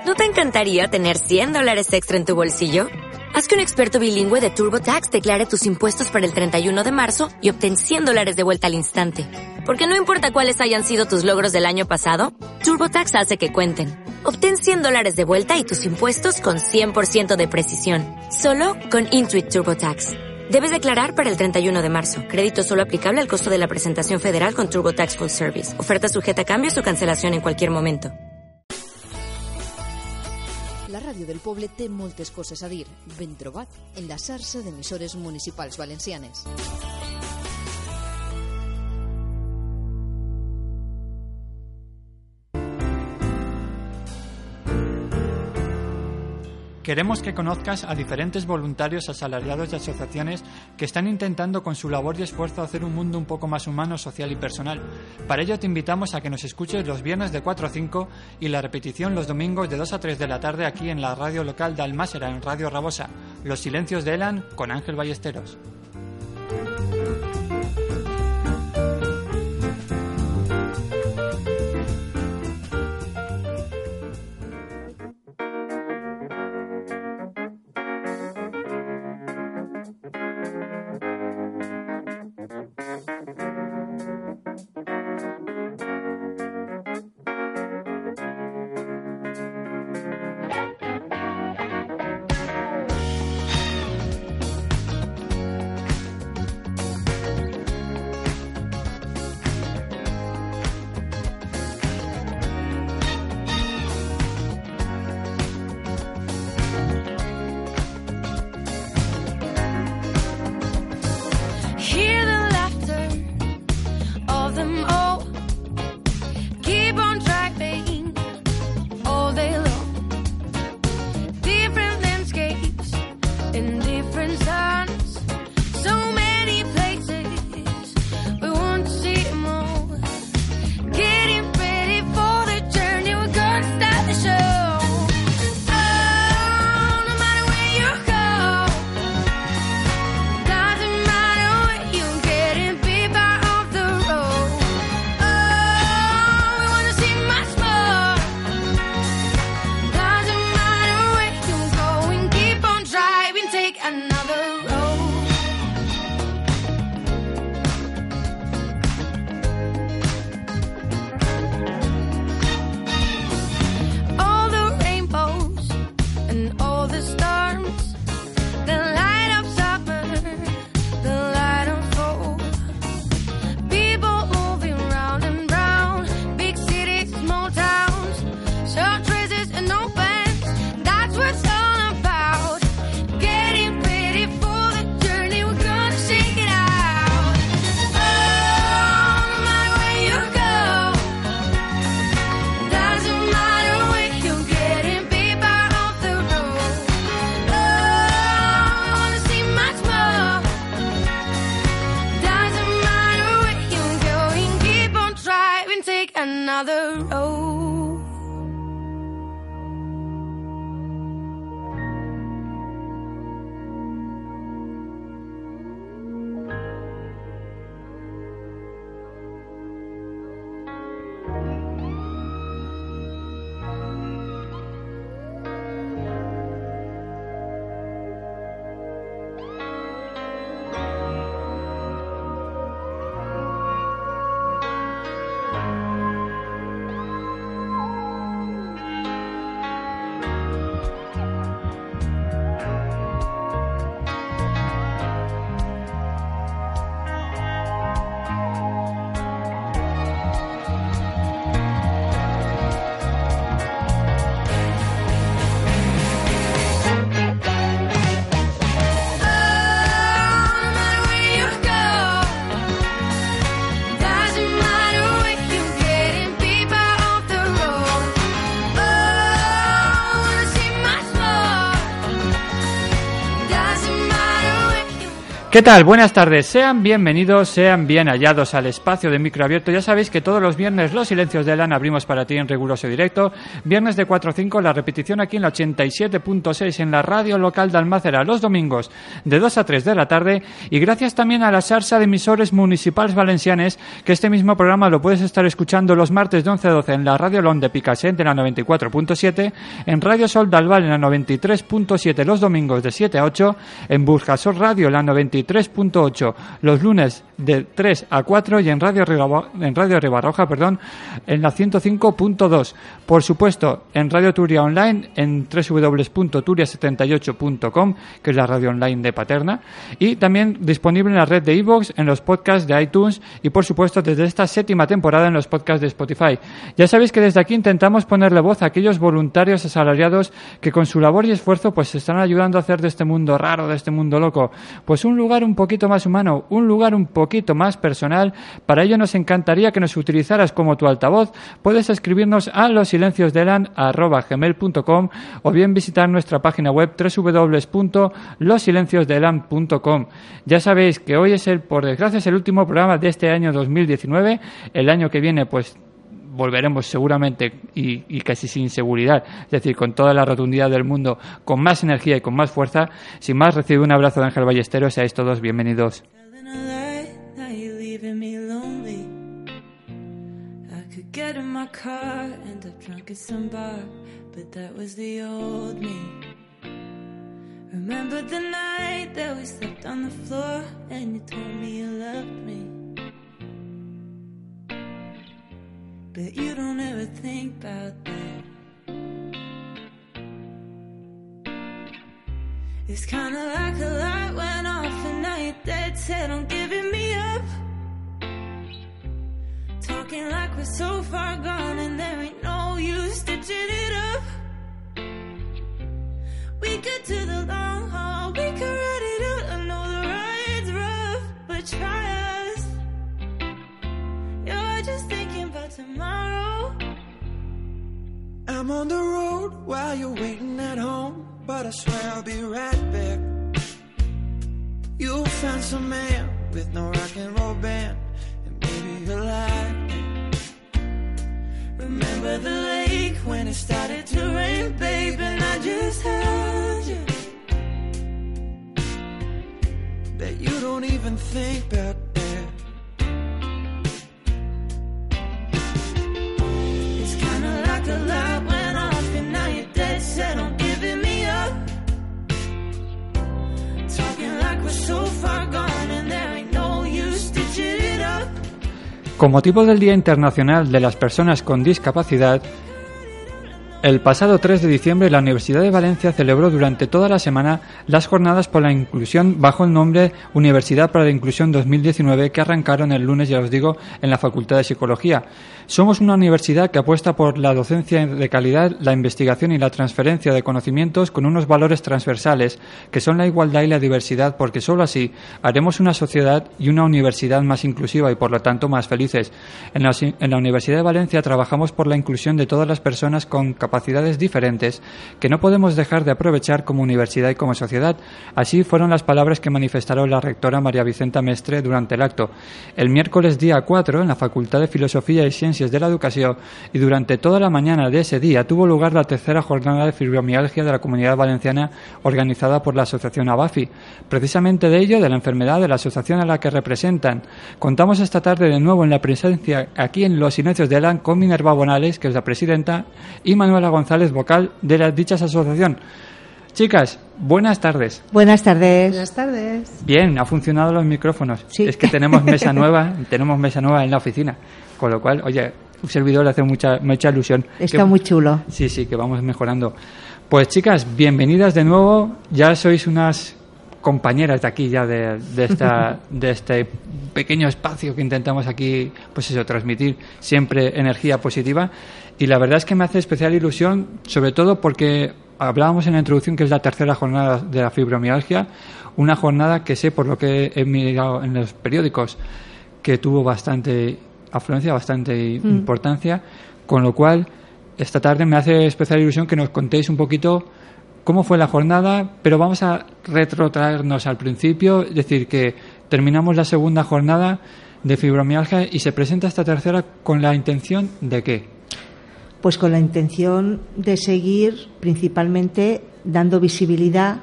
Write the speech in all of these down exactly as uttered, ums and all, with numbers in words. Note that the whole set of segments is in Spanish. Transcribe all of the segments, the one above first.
¿No te encantaría tener cien dólares extra en tu bolsillo? Haz que un experto bilingüe de TurboTax declare tus impuestos para el treinta y uno de marzo y obtén cien dólares de vuelta al instante. Porque no importa cuáles hayan sido tus logros del año pasado, TurboTax hace que cuenten. Obtén cien dólares de vuelta y tus impuestos con cien por ciento de precisión. Solo con Intuit TurboTax. Debes declarar para el treinta y uno de marzo. Crédito solo aplicable al costo de la presentación federal con TurboTax Full Service. Oferta sujeta a cambios o cancelación en cualquier momento. La ràdio del poble té moltes coses a dir. Ben trobat en la xarxa d'emissores municipals valencianes. Queremos que conozcas a diferentes voluntarios, asalariados y asociaciones que están intentando con su labor y esfuerzo hacer un mundo un poco más humano, social y personal. Para ello te invitamos a que nos escuches los viernes de cuatro a cinco y la repetición los domingos de dos a tres de la tarde aquí en la radio local de Almásera, en Radio Rabosa. Los silencios de Elan con Ángel Ballesteros. ¿Qué tal? Buenas tardes. Sean bienvenidos, sean bien hallados al espacio de micro abierto. Ya sabéis que todos los viernes los silencios de Elan abrimos para ti en riguroso directo. Viernes de cuatro a cinco, la repetición aquí en la ochenta y siete punto seis en la radio local de Almácera. Los domingos de dos a tres de la tarde. Y gracias también a la Sarsa de emisores municipales valencianes, que este mismo programa lo puedes estar escuchando los martes de once a doce en la Radio Lon de Picassent de la noventa y cuatro punto siete, en Radio Sol de Albal en la noventa y tres punto siete los domingos de siete a ocho, en Burjasot Radio en la noventa y tres punto ocho los lunes de tres a cuatro y en Radio Riba, en Radio Ribarroja, perdón, en la ciento cinco punto dos. Por supuesto, en Radio Turia Online en doble u doble u doble u punto turia setenta y ocho punto com, que es la radio online de Paterna, y también disponible en la red de iVoox, en los podcasts de iTunes y por supuesto desde esta séptima temporada en los podcasts de Spotify. Ya sabéis que desde aquí intentamos ponerle voz a aquellos voluntarios asalariados que con su labor y esfuerzo pues están ayudando a hacer de este mundo raro, de este mundo loco, pues un lugar un poquito más humano, un lugar un poquito más personal. Para ello nos encantaría que nos utilizaras como tu altavoz. Puedes escribirnos a losilenciosdelan arroba gmail punto com o bien visitar nuestra página web doble u doble u doble u punto losilenciosdelan punto com. Ya sabéis que hoy es el, por desgracia, es el último programa de este año dos mil diecinueve. El año que viene pues volveremos seguramente y, y casi sin seguridad, es decir, con toda la rotundidad del mundo, con más energía y con más fuerza. Sin más, recibe un abrazo de Ángel Ballesteros. Seáis todos bienvenidos. But you don't ever think about that. It's kinda like a light went off and now you're dead set on giving me up. Talking like we're so far gone and there ain't no use stitching it up. We could do the long haul, we could ride it out. I know the ride's rough, but try us. You're just thinking about tomorrow. I'm on the road while you're waiting at home, but I swear I'll be right back. You'll find some man with no rock and roll band, and maybe you'll like it. Remember the lake when it started to rain, babe, and I just held you. Bet you don't even think about that. The light went off and now you're dead set on giving me up. Talking like we're so far gone and there ain't no use stitching it up. Con motivo del Día Internacional de las Personas con Discapacidad, el pasado tres de diciembre la Universidad de Valencia celebró durante toda la semana las jornadas por la inclusión bajo el nombre Universidad para la Inclusión dos mil diecinueve, que arrancaron el lunes, ya os digo, en la Facultad de Psicología. Somos una universidad que apuesta por la docencia de calidad, la investigación y la transferencia de conocimientos con unos valores transversales que son la igualdad y la diversidad, porque solo así haremos una sociedad y una universidad más inclusiva y por lo tanto más felices. En la, en la Universidad de Valencia trabajamos por la inclusión de todas las personas con capacidades diferentes que no podemos dejar de aprovechar como universidad y como sociedad. Así fueron las palabras que manifestaron la rectora María Vicenta Mestre durante el acto. El miércoles día cuatro, en la Facultad de Filosofía y Ciencias de la Educación, y durante toda la mañana de ese día tuvo lugar la tercera jornada de fibromialgia de la Comunidad Valenciana, organizada por la Asociación ABAFI. Precisamente de ello, de la enfermedad de la asociación a la que representan, contamos esta tarde de nuevo en la presencia aquí en Los Silencios de Elan con Minerva Bonales, que es la presidenta, y Manuela González, vocal de la dicha asociación. Chicas, buenas tardes. Buenas tardes. Buenas tardes. Bien, ha funcionado los micrófonos. Sí. Es que tenemos mesa nueva, tenemos mesa nueva en la oficina. Con lo cual, oye, un servidor le hace mucha, mucha ilusión. Está que, muy chulo. Sí, sí, que vamos mejorando. Pues chicas, bienvenidas de nuevo. Ya sois unas compañeras de aquí, ya de, de, esta, de este pequeño espacio que intentamos aquí, pues eso, transmitir siempre energía positiva. Y la verdad es que me hace especial ilusión, sobre todo porque hablábamos en la introducción que es la tercera jornada de la fibromialgia, una jornada que sé, por lo que he mirado en los periódicos, que tuvo bastante afluencia, bastante mm. importancia, con lo cual esta tarde me hace especial ilusión que nos contéis un poquito cómo fue la jornada, pero vamos a retrotraernos al principio, es decir, que terminamos la segunda jornada de fibromialgia y se presenta esta tercera con la intención de ¿qué? Pues con la intención de seguir principalmente dando visibilidad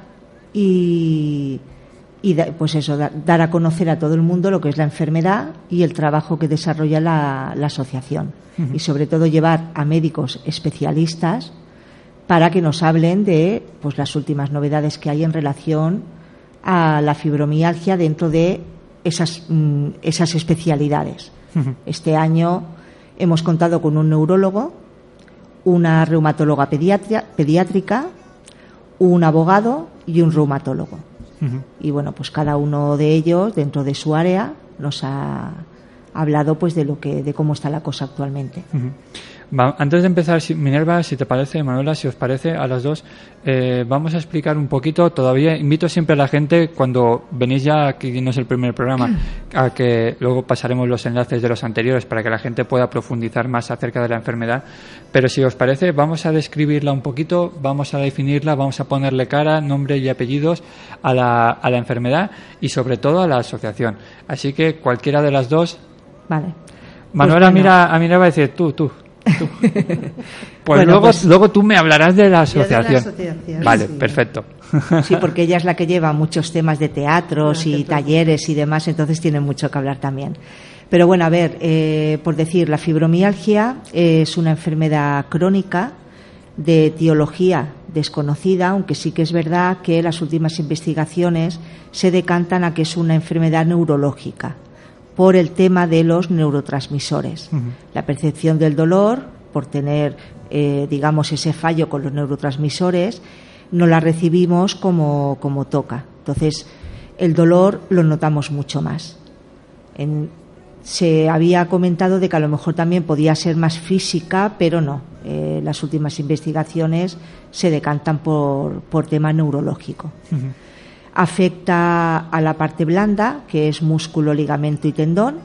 y, y da, pues eso, da, dar a conocer a todo el mundo lo que es la enfermedad y el trabajo que desarrolla la, la asociación. Uh-huh. Y sobre todo llevar a médicos especialistas para que nos hablen de pues las últimas novedades que hay en relación a la fibromialgia dentro de esas, mm, esas especialidades. Uh-huh. Este año hemos contado con un neurólogo, una reumatóloga pediatria, pediátrica, un abogado y un reumatólogo. Uh-huh. Y bueno, pues cada uno de ellos, dentro de su área, nos ha hablado pues de lo que, de cómo está la cosa actualmente. Uh-huh. Va, antes de empezar, Minerva, si te parece, Manuela, si os parece, a las dos, eh, vamos a explicar un poquito. Todavía invito siempre a la gente, cuando venís ya, que no es el primer programa, a que luego pasaremos los enlaces de los anteriores para que la gente pueda profundizar más acerca de la enfermedad. Pero si os parece, vamos a describirla un poquito, vamos a definirla, vamos a ponerle cara, nombre y apellidos a la, a la enfermedad y sobre todo a la asociación. Así que cualquiera de las dos. Vale. Manuela, pues bueno. mira a Minerva y dice, tú, tú. Tú. Pues, bueno, luego, pues luego tú me hablarás de la asociación. De la asociación vale, sí. Perfecto. Sí, porque ella es la que lleva muchos temas de teatros y talleres y demás, entonces tiene mucho que hablar también. Pero bueno, a ver, eh, por decir, la fibromialgia es una enfermedad crónica de etiología desconocida, aunque sí que es verdad que las últimas investigaciones se decantan a que es una enfermedad neurológica, por el tema de los neurotransmisores. Uh-huh. La percepción del dolor, por tener, eh, digamos, ese fallo con los neurotransmisores, no la recibimos como, como toca. Entonces, el dolor lo notamos mucho más. En, se había comentado de que a lo mejor también podía ser más física, pero no. Eh, las últimas investigaciones se decantan por, por tema neurológico. Uh-huh. Afecta a la parte blanda, que es músculo, ligamento y tendón.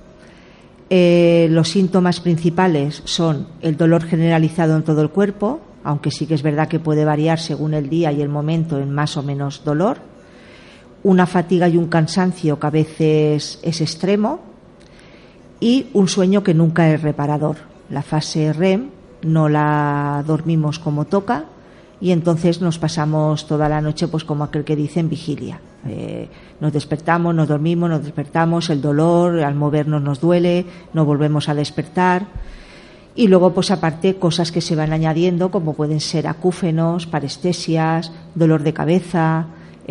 Eh, los síntomas principales son el dolor generalizado en todo el cuerpo, aunque sí que es verdad que puede variar según el día y el momento en más o menos dolor. Una fatiga y un cansancio que a veces es extremo. Y un sueño que nunca es reparador. La fase R E M no la dormimos como toca, y entonces nos pasamos toda la noche pues como aquel que dice en vigilia. Eh, nos despertamos, nos dormimos, nos despertamos, el dolor, al movernos nos duele, no volvemos a despertar. Y luego pues aparte cosas que se van añadiendo como pueden ser acúfenos, parestesias, dolor de cabeza,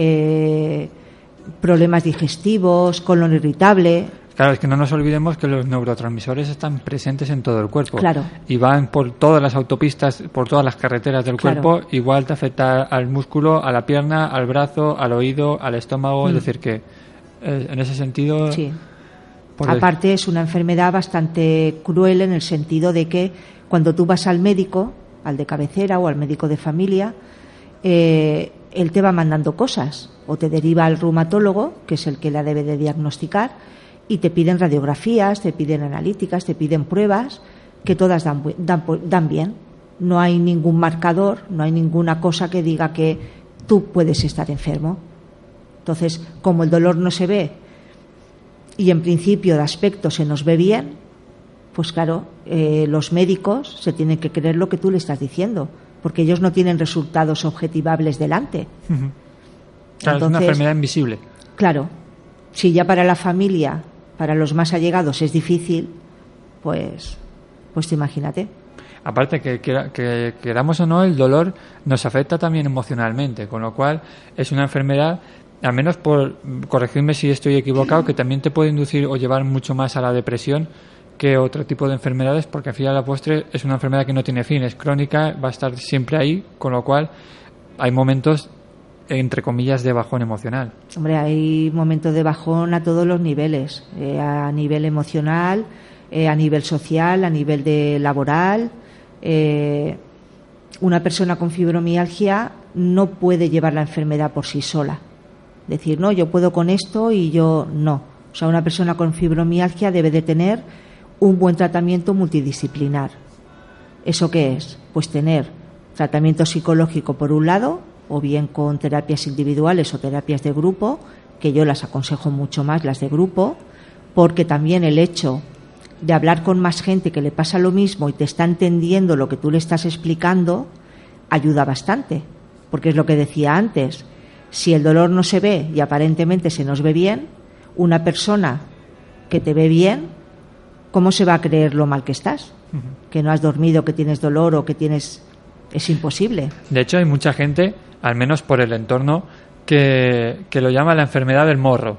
eh, problemas digestivos, colon irritable. Claro, es que no nos olvidemos que los neurotransmisores están presentes en todo el cuerpo. Claro. Y van por todas las autopistas, por todas las carreteras del claro. cuerpo. Igual te afecta al músculo, a la pierna, al brazo, al oído, al estómago. Mm. Es decir, que eh, en ese sentido... Sí. Aparte el... es una enfermedad bastante cruel en el sentido de que cuando tú vas al médico, al de cabecera o al médico de familia, eh, él te va mandando cosas. O te deriva al reumatólogo, que es el que la debe de diagnosticar, y te piden radiografías, te piden analíticas, te piden pruebas, que todas dan, dan, dan bien. No hay ningún marcador, no hay ninguna cosa que diga que tú puedes estar enfermo. Entonces, como el dolor no se ve y en principio de aspecto se nos ve bien, pues claro, eh, los médicos se tienen que creer lo que tú le estás diciendo, porque ellos no tienen resultados objetivables delante. Uh-huh. Claro, entonces, es una enfermedad invisible. Claro, si ya para la familia, para los más allegados es difícil, pues, pues te imagínate. Aparte que, que, que queramos o no, el dolor nos afecta también emocionalmente, con lo cual es una enfermedad, al menos por corregirme si estoy equivocado, que también te puede inducir o llevar mucho más a la depresión que otro tipo de enfermedades, porque al fin y a la postre es una enfermedad que no tiene fin, es crónica, va a estar siempre ahí, con lo cual hay momentos, entre comillas, de bajón emocional. Hombre, hay momentos de bajón a todos los niveles, eh, a nivel emocional, eh, a nivel social, a nivel de laboral. Eh, una persona con fibromialgia no puede llevar la enfermedad por sí sola. Decir, no, yo puedo con esto y yo no. O sea, una persona con fibromialgia debe de tener un buen tratamiento multidisciplinar. ¿Eso qué es? Pues tener tratamiento psicológico por un lado, o bien con terapias individuales o terapias de grupo, que yo las aconsejo mucho más las de grupo, porque también el hecho de hablar con más gente que le pasa lo mismo y te está entendiendo lo que tú le estás explicando ayuda bastante, porque es lo que decía antes, si el dolor no se ve y aparentemente se nos ve bien, una persona que te ve bien, ¿cómo se va a creer lo mal que estás? Uh-huh. Que no has dormido, que tienes dolor o que tienes... Es imposible. De hecho, hay mucha gente, al menos por el entorno, que, que lo llama la enfermedad del morro.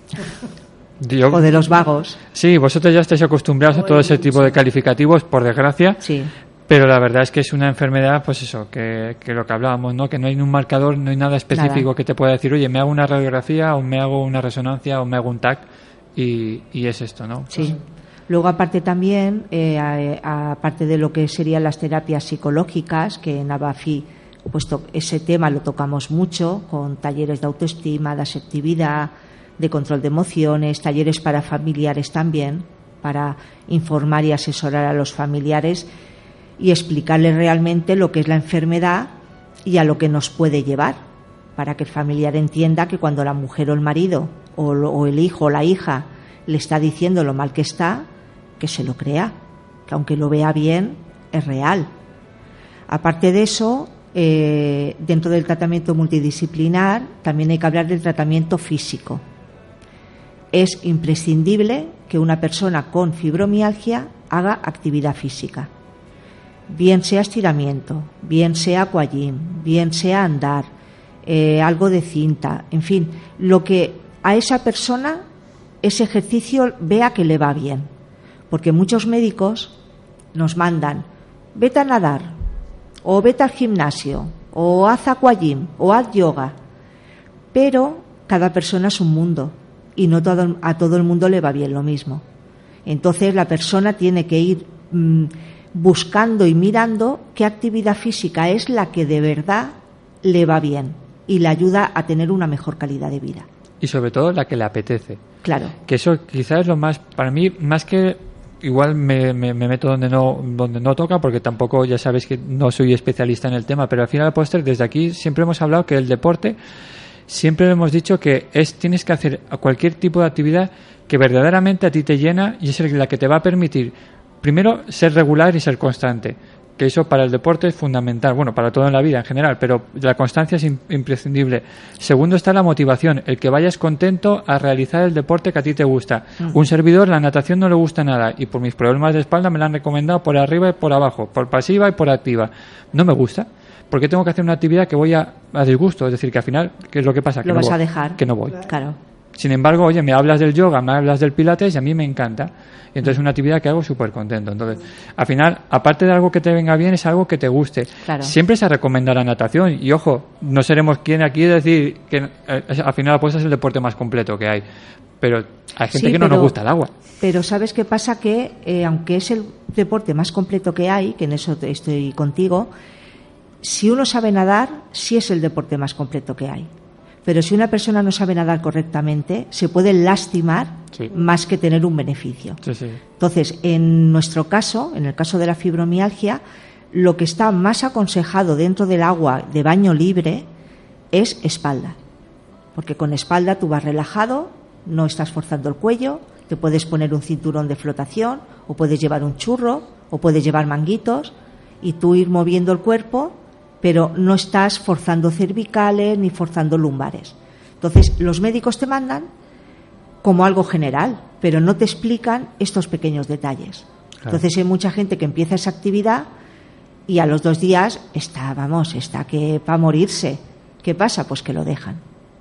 Yo, o de los vagos. Sí, vosotros ya estáis acostumbrados a todo ese tipo de calificativos, por desgracia. Sí. Pero la verdad es que es una enfermedad, pues eso, que, que lo que hablábamos, ¿no? Que no hay un marcador, no hay nada específico nada. Que te pueda decir, oye, me hago una radiografía o me hago una resonancia o me hago un T A C y, y es esto, ¿no? Sí. Luego, aparte también, eh, aparte de lo que serían las terapias psicológicas, que en Abafi, pues to- ese tema lo tocamos mucho, con talleres de autoestima, de asertividad, de control de emociones, talleres para familiares también, para informar y asesorar a los familiares y explicarles realmente lo que es la enfermedad y a lo que nos puede llevar, para que el familiar entienda que cuando la mujer o el marido o, lo, o el hijo o la hija le está diciendo lo mal que está, que se lo crea, que aunque lo vea bien, es real. Aparte de eso, eh, dentro del tratamiento multidisciplinar también hay que hablar del tratamiento físico. Es imprescindible que una persona con fibromialgia haga actividad física. Bien sea estiramiento, bien sea aquagym, bien sea andar, eh, algo de cinta, en fin, lo que a esa persona ese ejercicio vea que le va bien. Porque muchos médicos nos mandan, vete a nadar, o vete al gimnasio, o haz aquagym, o haz yoga. Pero cada persona es un mundo y no todo, a todo el mundo le va bien lo mismo. Entonces la persona tiene que ir mmm, buscando y mirando qué actividad física es la que de verdad le va bien y le ayuda a tener una mejor calidad de vida. Y sobre todo la que le apetece. Claro. Que eso quizás es lo más, para mí, más que igual me, me, me meto donde no donde no toca, porque tampoco, ya sabéis que no soy especialista en el tema, pero al final, póster, desde aquí siempre hemos hablado que el deporte, siempre hemos dicho que es tienes que hacer cualquier tipo de actividad que verdaderamente a ti te llena y es la que te va a permitir, primero, ser regular y ser constante. Que eso para el deporte es fundamental, bueno, para todo en la vida en general, pero la constancia es imprescindible. Segundo está la motivación, el que vayas contento a realizar el deporte que a ti te gusta. Uh-huh. Un servidor, la natación no le gusta nada y por mis problemas de espalda me la han recomendado por arriba y por abajo, por pasiva y por activa. No me gusta, porque tengo que hacer una actividad que voy a, a disgusto, es decir, que al final, ¿qué es lo que pasa? Que lo no vas voy, a dejar. Que no voy. Claro. Sin embargo, oye, me hablas del yoga, me hablas del pilates y a mí me encanta. Y entonces es una actividad que hago súper contento. Entonces, al final, aparte de algo que te venga bien, es algo que te guste. Claro. Siempre se recomienda la natación. Y ojo, no seremos quien aquí decir que eh, al final la apuesta es el deporte más completo que hay. Pero hay gente sí, que no pero, nos gusta el agua. Pero ¿sabes qué pasa? Que eh, aunque es el deporte más completo que hay, que en eso estoy contigo, si uno sabe nadar, sí es el deporte más completo que hay. Pero si una persona no sabe nadar correctamente, se puede lastimar sí. más que tener un beneficio. Sí, sí. Entonces, en nuestro caso, en el caso de la fibromialgia, lo que está más aconsejado dentro del agua de baño libre es espalda. Porque con espalda tú vas relajado, no estás forzando el cuello, te puedes poner un cinturón de flotación, o puedes llevar un churro, o puedes llevar manguitos, y tú ir moviendo el cuerpo, pero no estás forzando cervicales ni forzando lumbares. Entonces, los médicos te mandan como algo general, pero no te explican estos pequeños detalles. Claro. Entonces, hay mucha gente que empieza esa actividad y a los dos días está, vamos, está que para morirse. ¿Qué pasa? Pues que lo dejan.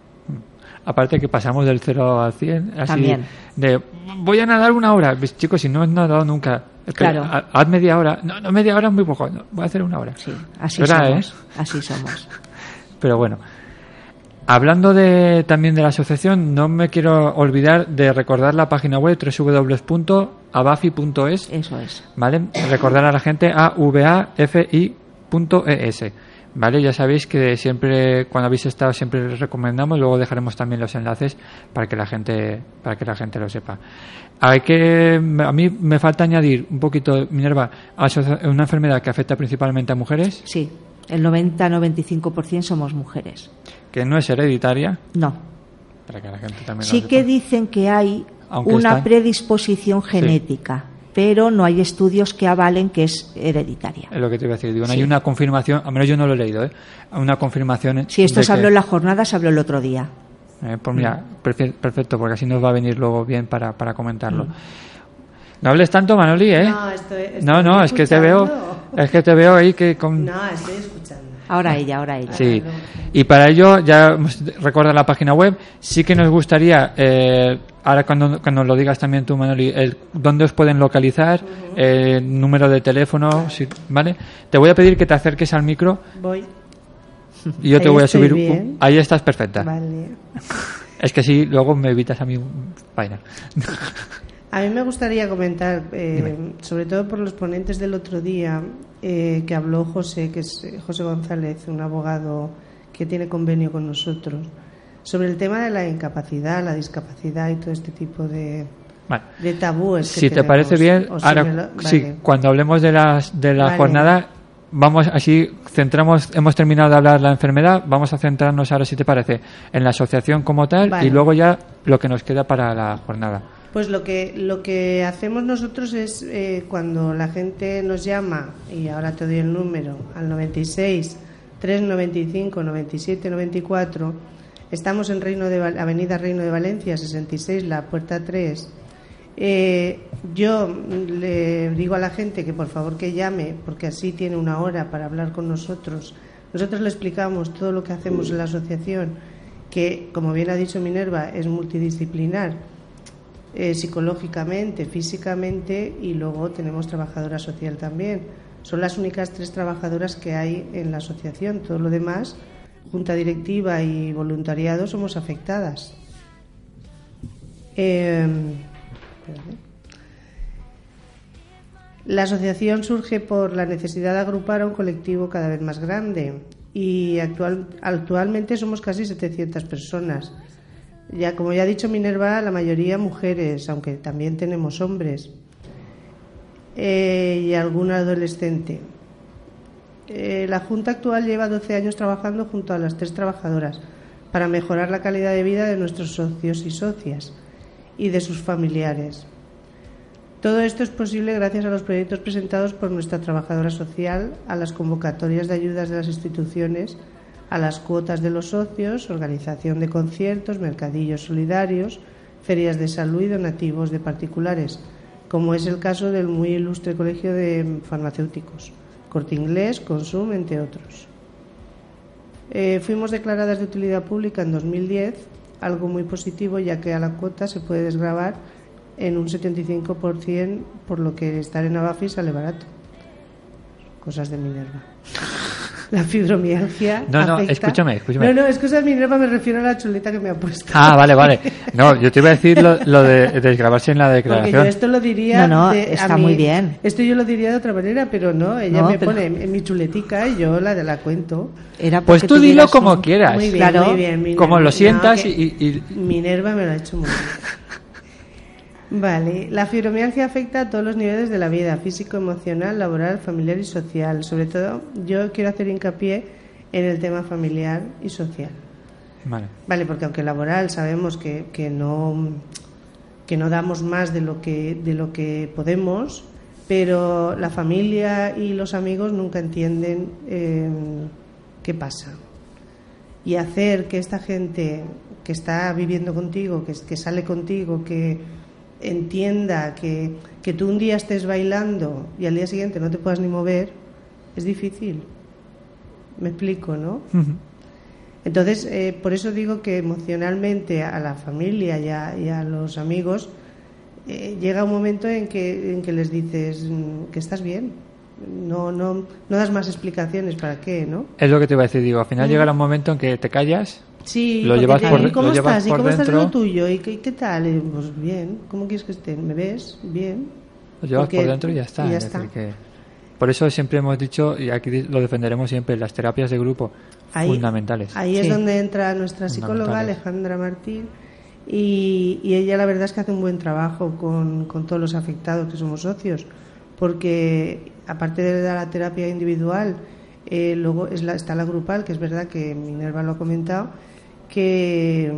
Aparte que pasamos del cero al cien, así También. De voy a nadar una hora. Pues, chicos, si no has nadado nunca, claro. haz media hora. No, no, media hora es muy poco. No, voy a hacer una hora. Sí, así ¿verdad, somos. Eh? Así somos. Pero bueno, hablando de también de la asociación, no me quiero olvidar de recordar la página web doble u doble u doble u punto abafi punto es. Eso es. ¿Vale? Recordar a la gente a v a f i punto e s. Vale, ya sabéis que siempre cuando habéis estado siempre les recomendamos, luego dejaremos también los enlaces para que la gente para que la gente lo sepa. Hay que a mí me falta añadir un poquito, Minerva, una enfermedad que afecta principalmente a mujeres. Sí. El noventa a noventa y cinco por ciento somos mujeres. Que no es hereditaria. No. Para que la gente también Sí lo que sepa. dicen que hay Aunque una están- predisposición genética, sí, pero no hay estudios que avalen que es hereditaria. Es lo que te iba a decir. Digo, no Sí. hay una confirmación, al menos yo no lo he leído, ¿eh? Una confirmación. Sí, esto de se habló que- en la jornada, se habló el otro día. Eh, pues mira, perfe- perfecto, porque así nos va a venir luego bien para, para comentarlo. Mm. No hables tanto, Manoli, ¿eh? No, estoy- estoy no, no, es que te veo, escuchando. es que te veo ahí que con... No, estoy escuchando. Ahora ella, ahora ella. Sí, y para ello, ya hemos- recuerda la página web, sí que nos gustaría, eh, ahora cuando, cuando lo digas también tú, Manoli, el, dónde os pueden localizar, eh, número de teléfono, sí, ¿vale? Te voy a pedir que te acerques al micro Voy. y yo te Ahí voy a estoy subir... bien. Ahí estás perfecta. Vale. Es que sí, luego me evitas a mí vaina. A mí me gustaría comentar, eh, sobre todo por los ponentes del otro día, eh, que habló José, que es eh, José González, un abogado que tiene convenio con nosotros, sobre el tema de la incapacidad, la discapacidad y todo este tipo de, Vale. de tabúes. que Si te tenemos. parece bien, O si ahora me lo- sí, vale. cuando hablemos de las de la Vale. jornada, vamos así centramos, hemos terminado de hablar de la enfermedad, vamos a centrarnos ahora, si te parece, en la asociación como tal Vale. y luego ya lo que nos queda para la jornada. Pues lo que lo que hacemos nosotros es eh, cuando la gente nos llama, y ahora te doy el número, al noventa y seis, trescientos noventa y cinco, noventa y siete, noventa y cuatro, estamos en Reino de Val- Avenida Reino de Valencia, sesenta y seis, la puerta tres. Eh, yo le digo a la gente que por favor que llame, porque así tiene una hora para hablar con nosotros. Nosotros le explicamos todo lo que hacemos en la asociación, que como bien ha dicho Minerva, es multidisciplinar. Eh, psicológicamente, físicamente, y luego tenemos trabajadora social también. Son las únicas tres trabajadoras que hay en la asociación. Todo lo demás, junta directiva y voluntariado, somos afectadas. Eh, espérate. La asociación surge por la necesidad de agrupar a un colectivo cada vez más grande y actual, actualmente somos casi setecientas personas. Ya, como ya ha dicho Minerva, la mayoría mujeres, aunque también tenemos hombres, eh, y algún adolescente. Eh, la Junta actual lleva doce años trabajando junto a las tres trabajadoras para mejorar la calidad de vida de nuestros socios y socias y de sus familiares. Todo esto es posible gracias a los proyectos presentados por nuestra trabajadora social, a las convocatorias de ayudas de las instituciones, a las cuotas de los socios, organización de conciertos, mercadillos solidarios, ferias de salud y donativos de particulares, como es el caso del muy ilustre Colegio de Farmacéuticos, Corte Inglés, Consum, entre otros. Eh, fuimos declaradas de utilidad pública en dos mil diez, algo muy positivo, ya que a la cuota se puede desgravar en un setenta y cinco por ciento, por lo que estar en Avafi sale barato. Cosas de Minerva. La fibromialgia No, no, afecta... escúchame, escúchame. No, no, es cosa de Minerva, me refiero a la chuleta que me ha puesto. Ah, vale, vale. No, yo te iba a decir lo, lo de desgravarse en la Porque yo declaración. esto lo diría... No, no, de- a está mí- muy bien. Esto yo lo diría de otra manera, pero no, ella No, me pero- pone en mi chuletica y yo la de la cuento. Era Pues porque tú dilo tuvieras como un- quieras. Muy bien, Claro, muy bien. Minerva. como lo No, sientas que y, y- Minerva me lo ha hecho muy bien. Vale, la fibromialgia afecta a todos los niveles de la vida, físico, emocional, laboral, familiar y social. Sobre todo, yo quiero hacer hincapié en el tema familiar y social. Vale. Vale, porque aunque laboral sabemos que, que no que no damos más de lo que de lo que podemos, pero la familia y los amigos nunca entienden eh, qué pasa. Y hacer que esta gente que está viviendo contigo, que, que sale contigo, que entienda que, que tú un día estés bailando y al día siguiente no te puedas ni mover, es difícil. Me explico, ¿no? Ujú. Entonces, eh, por eso digo que emocionalmente a la familia y a, y a los amigos eh, llega un momento en que, en que les dices mm, que estás bien. No, no, no das más explicaciones para qué, ¿no? Es lo que te iba a decir, digo, al final Ujú. llegará un momento en que te callas, Sí, Lo porque llevas te- por- ¿y ¿cómo lo llevas estás? ¿Y por cómo estás en dentro. lo tuyo? ¿Y qué, qué tal? Y, pues bien, ¿cómo quieres que esté? ¿Me ves? Bien. lo llevas Porque- por dentro y ya está. y ya Es decir, está. que- por eso siempre hemos dicho, y aquí lo defenderemos siempre, las terapias de grupo, Ahí- fundamentales. Ahí es Sí. donde entra nuestra psicóloga Fundamentales. Alejandra Martín y, y ella la verdad es que hace un buen trabajo con, con todos los afectados que somos socios, porque aparte de dar la terapia individual, Eh, luego es la, está la grupal, que es verdad que Minerva lo ha comentado, que,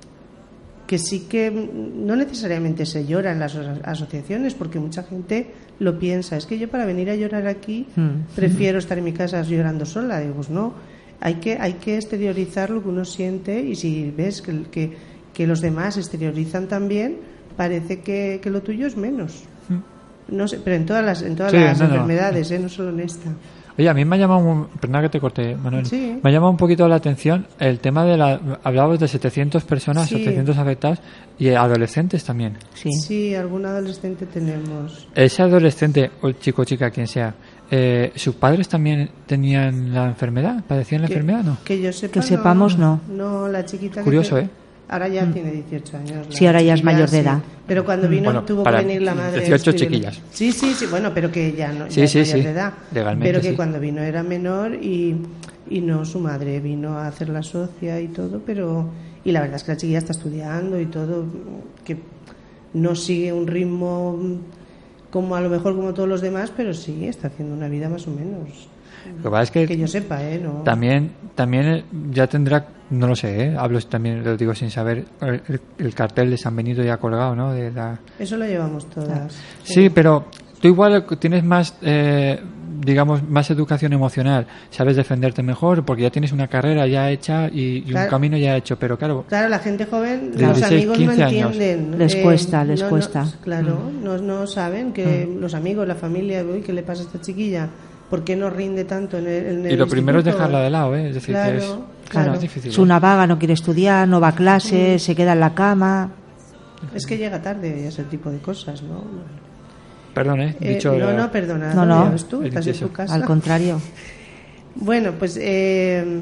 que sí que no necesariamente se llora en las asociaciones, porque mucha gente lo piensa. Es que yo para venir a llorar aquí mm. prefiero estar en mi casa llorando sola. Digo, pues no, hay que, hay que exteriorizar lo que uno siente, y si ves que, que, que los demás exteriorizan también, parece que, que lo tuyo es menos. Mm. No sé, pero en todas las, en todas sí, las no, enfermedades, no. ¿eh? No solo en esta. Oye, a mí me ha llamado, un, perdona que te corté, Manuel, sí. me ha llamado un poquito la atención el tema de la, hablábamos de setecientas personas, sí. setecientos afectados, y adolescentes también. Sí, sí, algún adolescente tenemos. Ese adolescente, o el chico o chica, quien sea, eh, ¿sus padres también tenían la enfermedad? ¿Padecían la que, enfermedad no? Que yo sepa, que sepamos, no. No, la chiquita. Curioso, que te, ¿eh? Ahora ya mm. tiene dieciocho años. Sí, ahora ya es mayor de edad. Sí. Pero cuando vino bueno, tuvo que venir la madre. dieciocho chiquillas. Sí, sí, sí, bueno, pero que ya no sí, ya sí, es mayor sí. de edad. Legalmente, pero que sí. cuando vino era menor y, y no, su madre vino a hacer la socia y todo, pero... Y la verdad es que la chiquilla está estudiando y todo, que no sigue un ritmo como a lo mejor como todos los demás, pero sí, está haciendo una vida más o menos... Lo que pasa es que, que yo sepa, ¿eh? No. También, también ya tendrá, no lo sé, ¿eh? Hablo también, lo digo sin saber, el, el cartel de San Benito ya colgado, ¿no? De la... Eso lo llevamos todas. Sí, sí, pero tú igual tienes más, eh, digamos, más educación emocional, sabes defenderte mejor porque ya tienes una carrera ya hecha y, y claro. un camino ya hecho, pero claro... Claro, la gente joven, de los dieciséis, amigos no entienden. Años. Les eh, cuesta, les no, cuesta. No, claro, mm. no, no saben que mm. los amigos, la familia, uy, ¿qué le pasa a esta chiquilla? ¿Por qué no rinde tanto en el, en el Y lo primero es instituto? dejarla de lado, ¿eh? Es decir, claro, que es, claro. es difícil. Es una vaga, no quiere estudiar, no va a clase, sí. se queda en la cama. Es que llega tarde y ese tipo de cosas, ¿no? Perdón, ¿eh? Dicho eh no, la... no, perdona. No, no. ¿Ves tú? Estás en tu casa. Al contrario. Bueno, pues eh,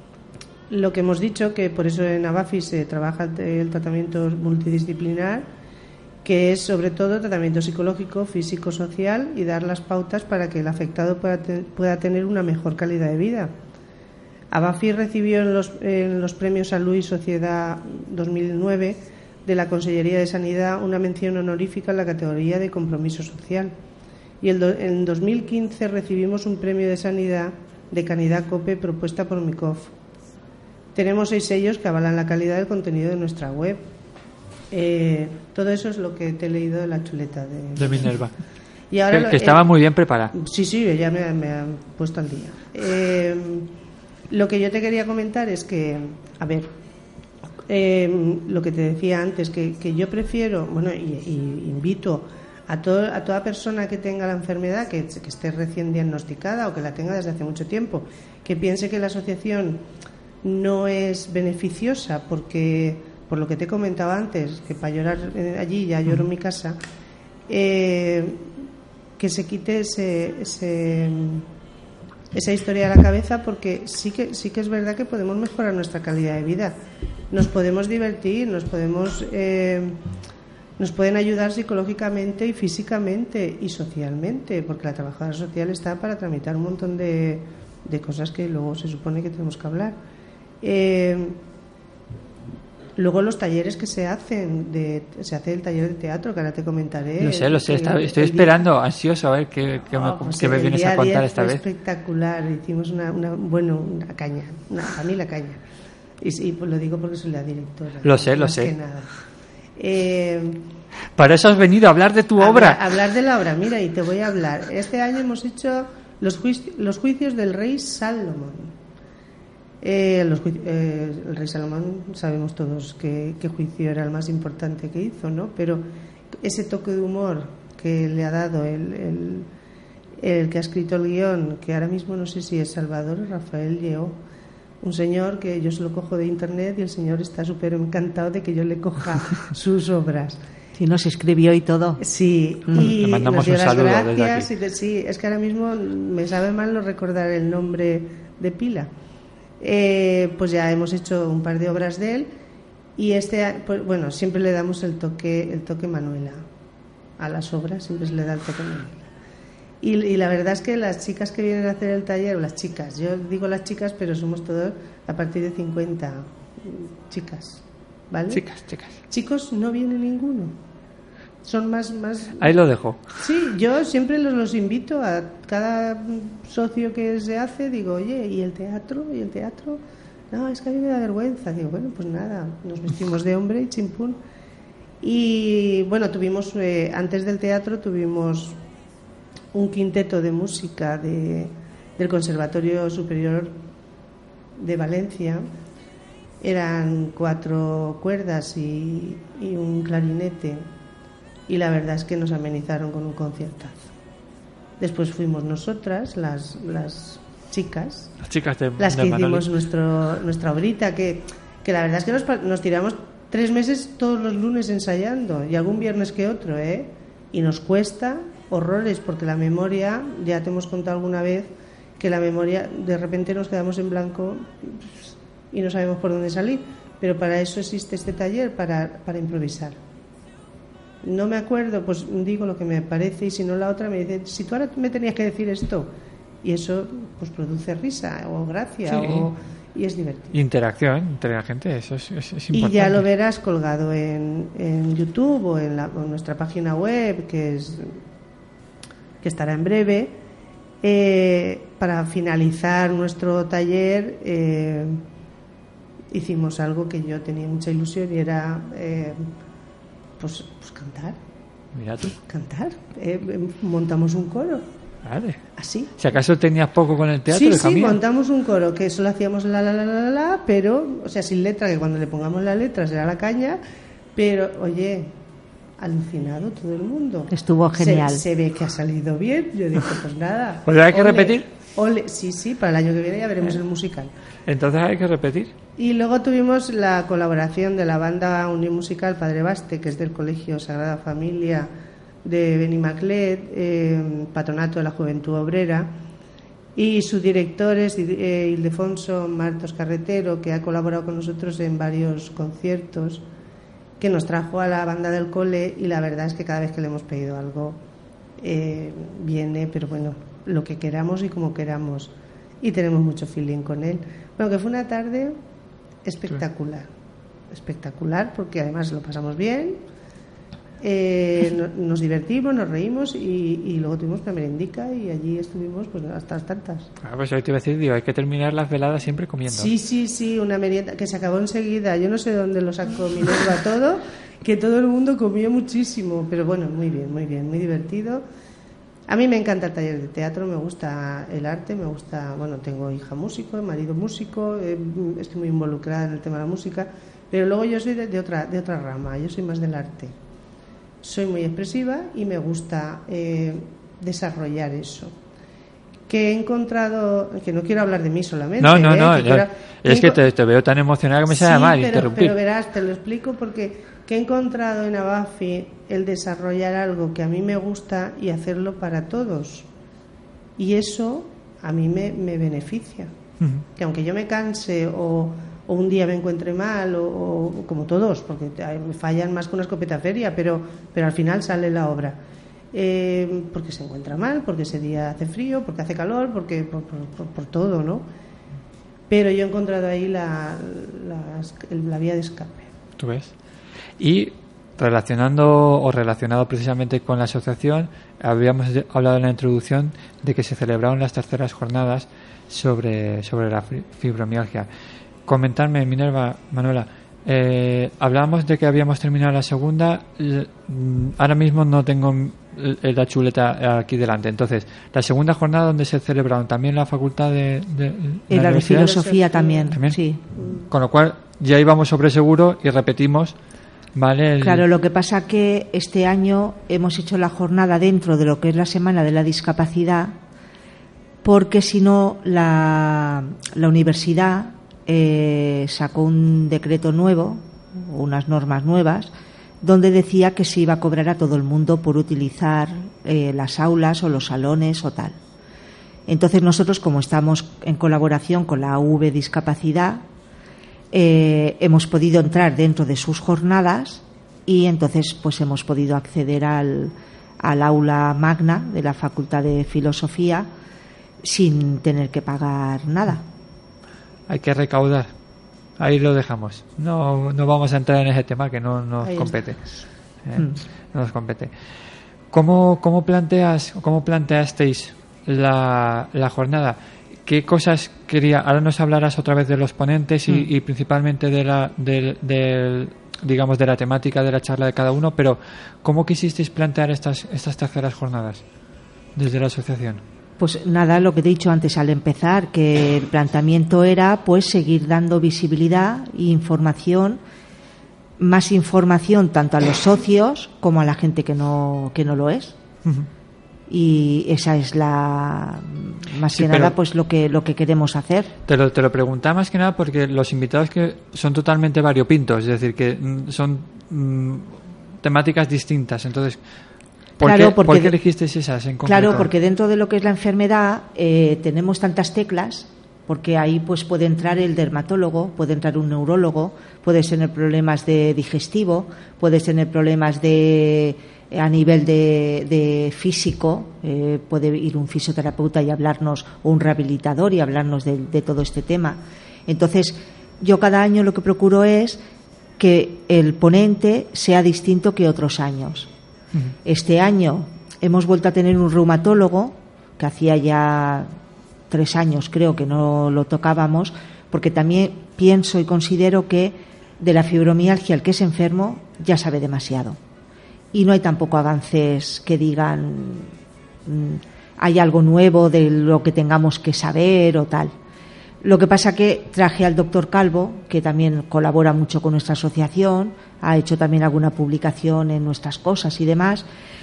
lo que hemos dicho, que por eso en Abafi se trabaja el tratamiento multidisciplinar, que es sobre todo tratamiento psicológico, físico, social, y dar las pautas para que el afectado pueda, te, pueda tener una mejor calidad de vida. Abafi recibió en los, en los premios Salud y Sociedad dos mil nueve de la Consellería de Sanidad una mención honorífica en la categoría de compromiso social. Y el do, en dos mil quince recibimos un premio de sanidad de Canidad COPE propuesta por MICOF. Tenemos seis sellos que avalan la calidad del contenido de nuestra web. Eh, todo eso es lo que te he leído de la chuleta de, de Minerva. Y ahora que, lo, que estaba eh, muy bien preparada. Sí, sí, ella me, me ha puesto al día. Eh, lo que yo te quería comentar es que, a ver, eh, lo que te decía antes, que, que yo prefiero, bueno, y, y invito a, todo, a toda persona que tenga la enfermedad, que, que esté recién diagnosticada o que la tenga desde hace mucho tiempo, que piense que la asociación no es beneficiosa porque... por lo que te he comentado antes, que para llorar allí ya lloro en mi casa, eh, que se quite ese, ese, esa historia de la cabeza, porque sí que, sí que es verdad que podemos mejorar nuestra calidad de vida. Nos podemos divertir, nos podemos eh, nos pueden ayudar psicológicamente y físicamente y socialmente, porque la trabajadora social está para tramitar un montón de, de cosas que luego se supone que tenemos que hablar. Eh, Luego los talleres que se hacen, de, se hace el taller de teatro, que ahora te comentaré. Lo sé, lo sé, el, está, estoy el esperando, día, ansioso a ver qué, qué, oh, me, pues qué me vienes a contar esta vez. Espectacular, hicimos una, una, bueno, una caña, una, a mí la caña. Y, y pues lo digo porque soy la directora. Lo sé, lo más sé. Que nada. Eh, Para eso has venido a hablar de tu hablar, obra. Hablar de la obra, mira, y te voy a hablar. Este año hemos hecho los, juici- los juicios del rey Salomón. Eh, los, eh, el rey Salomón sabemos todos qué juicio era el más importante que hizo, ¿no? Pero ese toque de humor que le ha dado el, el, el que ha escrito el guión, que ahora mismo no sé si es Salvador o Rafael Lleó, un señor que yo se lo cojo de internet y el señor está súper encantado de que yo le coja sus obras. Sí, nos escribió y todo. Sí, mm. y le mandamos nos dio un las saludo gracias. desde aquí. Y de, sí, es que ahora mismo me sabe mal no recordar el nombre de pila. Eh, pues ya hemos hecho un par de obras de él y este, pues, bueno, siempre le damos el toque, el toque Manuela a las obras, siempre se le da el toque Manuela. Y, y la verdad es que las chicas que vienen a hacer el taller, o las chicas, yo digo las chicas, pero somos todos a partir de cincuenta chicas, ¿vale? Chicas, chicas. Chicos, no viene ninguno. son más, más... Ahí lo dejo. Sí, yo siempre los, los invito a cada socio que se hace, digo, oye, ¿y el teatro? ¿Y el teatro? No, es que a mí me da vergüenza. Digo, bueno, pues nada, nos vestimos de hombre y chimpún. Y bueno, tuvimos, eh, antes del teatro tuvimos un quinteto de música de, del Conservatorio Superior de Valencia. Eran cuatro cuerdas y, y un clarinete, y la verdad es que nos amenizaron con un conciertazo. Después fuimos nosotras, las, las chicas, Las chicas de, las de que Manoli. hicimos nuestro, nuestra obrita, que, que la verdad es que nos, pa- nos tiramos tres meses todos los lunes ensayando, y algún viernes que otro, ¿eh? Y nos cuesta horrores, porque la memoria, ya te hemos contado alguna vez, que la memoria, de repente nos quedamos en blanco y no sabemos por dónde salir, pero para eso existe este taller, para, para improvisar. No me acuerdo, pues digo lo que me parece, y si no la otra me dice, si tú ahora me tenías que decir esto, y eso pues produce risa o gracia, Sí. o, y es divertido. Interacción entre la gente, eso es, es, es Y importante. ya lo verás colgado en, en YouTube o en, la, o en nuestra página web, que es que estará en breve. Eh, para finalizar nuestro taller eh, hicimos algo que yo tenía mucha ilusión, y era eh, pues, pues cantar, Mira tú. cantar. Eh, montamos un coro, Vale. así. Si acaso tenías poco con el teatro, Sí, hija sí, mía. montamos un coro que solo hacíamos la la la la la la, pero, o sea, sin letra, que cuando le pongamos la letra será la caña, pero, oye, alucinado todo el mundo. Estuvo Se- genial. Se, ve que ha salido bien. Yo dije, pues nada. Pues hay que ole, repetir. ole. Sí, sí, para el año que viene ya veremos el musical. Entonces hay que repetir. Y luego tuvimos la colaboración de la banda unimusical Padre Baste, que es del Colegio Sagrada Familia de Benimaclet, eh, Patronato de la Juventud Obrera, y su director es eh, Ildefonso Martos Carretero, que ha colaborado con nosotros en varios conciertos, que nos trajo a la banda del cole, y la verdad es que cada vez que le hemos pedido algo eh, viene, pero bueno, lo que queramos y como queramos, y tenemos mucho feeling con él. Bueno, que fue una tarde espectacular, espectacular, porque además lo pasamos bien, eh, no- nos divertimos, nos reímos, y, y luego tuvimos una merendica, y allí estuvimos pues hasta las tantas. Ah, pues hoy te iba a decir, digo, hay que terminar las veladas siempre comiendo. Sí, sí, sí, una merienda que se acabó enseguida. Yo no sé dónde lo sacó Minerva todo, que todo el mundo comió muchísimo, pero bueno, muy bien, muy bien, muy divertido. A mí me encanta el taller de teatro, me gusta el arte, me gusta, bueno, tengo hija músico, marido músico, eh, estoy muy involucrada en el tema de la música, pero luego yo soy de, de otra de otra rama, yo soy más del arte. Soy muy expresiva y me gusta eh, desarrollar eso. Que he encontrado, que no quiero hablar de mí solamente. No, no, ¿eh? no. Que yo- quiero- es que enco- te, te veo tan emocionada que me sale Sí, mal pero, interrumpir. pero verás, te lo explico porque que he encontrado en Abafi el desarrollar algo que a mí me gusta y hacerlo para todos. Y eso a mí me, me beneficia. Ujú. Que aunque yo me canse o, o un día me encuentre mal, o, o como todos, porque te- me fallan más que una escopeta feria, pero, pero al final sale la obra. Eh, porque se encuentra mal, porque ese día hace frío, porque hace calor, porque por, por- por- por todo, ¿no? Pero yo he encontrado ahí la, la, la vía de escape. ¿Tú ves? Y relacionando o relacionado precisamente con la asociación, habíamos de- hablado en la introducción de que se celebraron las terceras jornadas sobre, sobre la fi- fibromialgia. Comentarme, Minerva, Manuela, eh, hablábamos de que habíamos terminado la segunda, l- mm, ahora mismo no tengo l- la chuleta aquí delante. Entonces, la segunda jornada donde se celebraron también la facultad de, de, En la de universidad? filosofía también, ¿También? sí. Con lo cual ya íbamos sobre seguro y repetimos, ¿vale? El- Claro, lo que pasa que este año hemos hecho la jornada dentro de lo que es la Semana de la Discapacidad, porque si no, la, la universidad eh, sacó un decreto nuevo, unas normas nuevas, donde decía que se iba a cobrar a todo el mundo por utilizar eh, las aulas o los salones o tal. Entonces nosotros, como estamos en colaboración con la U V Discapacidad, eh, hemos podido entrar dentro de sus jornadas y entonces pues hemos podido acceder al, al aula magna de la Facultad de Filosofía sin tener que pagar nada. Hay que recaudar. Ahí lo dejamos. No, no vamos a entrar en ese tema que no nos Ahí compete. eh, mm. no nos compete. ¿Cómo, cómo planteas, cómo planteasteis la, la jornada? ¿Qué cosas quería? Ahora nos hablarás otra vez de los ponentes y, mm. y principalmente de la, de, de, digamos, de la temática de la charla de cada uno, pero ¿cómo quisisteis plantear estas, estas terceras jornadas desde la asociación? Pues nada, lo que te he dicho antes al empezar, que el planteamiento era pues seguir dando visibilidad e información, más información tanto a los socios como a la gente que no, que no lo es. Uh-huh. Y esa es la más sí, que nada pues lo que lo que queremos hacer. Te lo te lo preguntaba más que nada porque los invitados que son totalmente variopintos, es decir, que son mm, temáticas distintas. Entonces, ¿por claro, qué, porque ¿por qué elegisteis esas en concreto? Claro, porque dentro de lo que es la enfermedad eh, tenemos tantas teclas, porque ahí pues puede entrar el dermatólogo, puede entrar un neurólogo, puede tener problemas de digestivo, puede tener problemas de a nivel de, de físico, eh, puede ir un fisioterapeuta y hablarnos, o un rehabilitador y hablarnos de, de todo este tema. Entonces, yo cada año lo que procuro es que el ponente sea distinto que otros años. Uh-huh. Este año hemos vuelto a tener un reumatólogo, que hacía ya tres años creo que no lo tocábamos, porque también pienso y considero que de la fibromialgia el que es enfermo ya sabe demasiado. Y no hay tampoco avances que digan mmm, hay algo nuevo de lo que tengamos que saber o tal. Lo que pasa que traje al doctor Calvo, que también colabora mucho con nuestra asociación, ha hecho también alguna publicación en nuestras cosas y demás,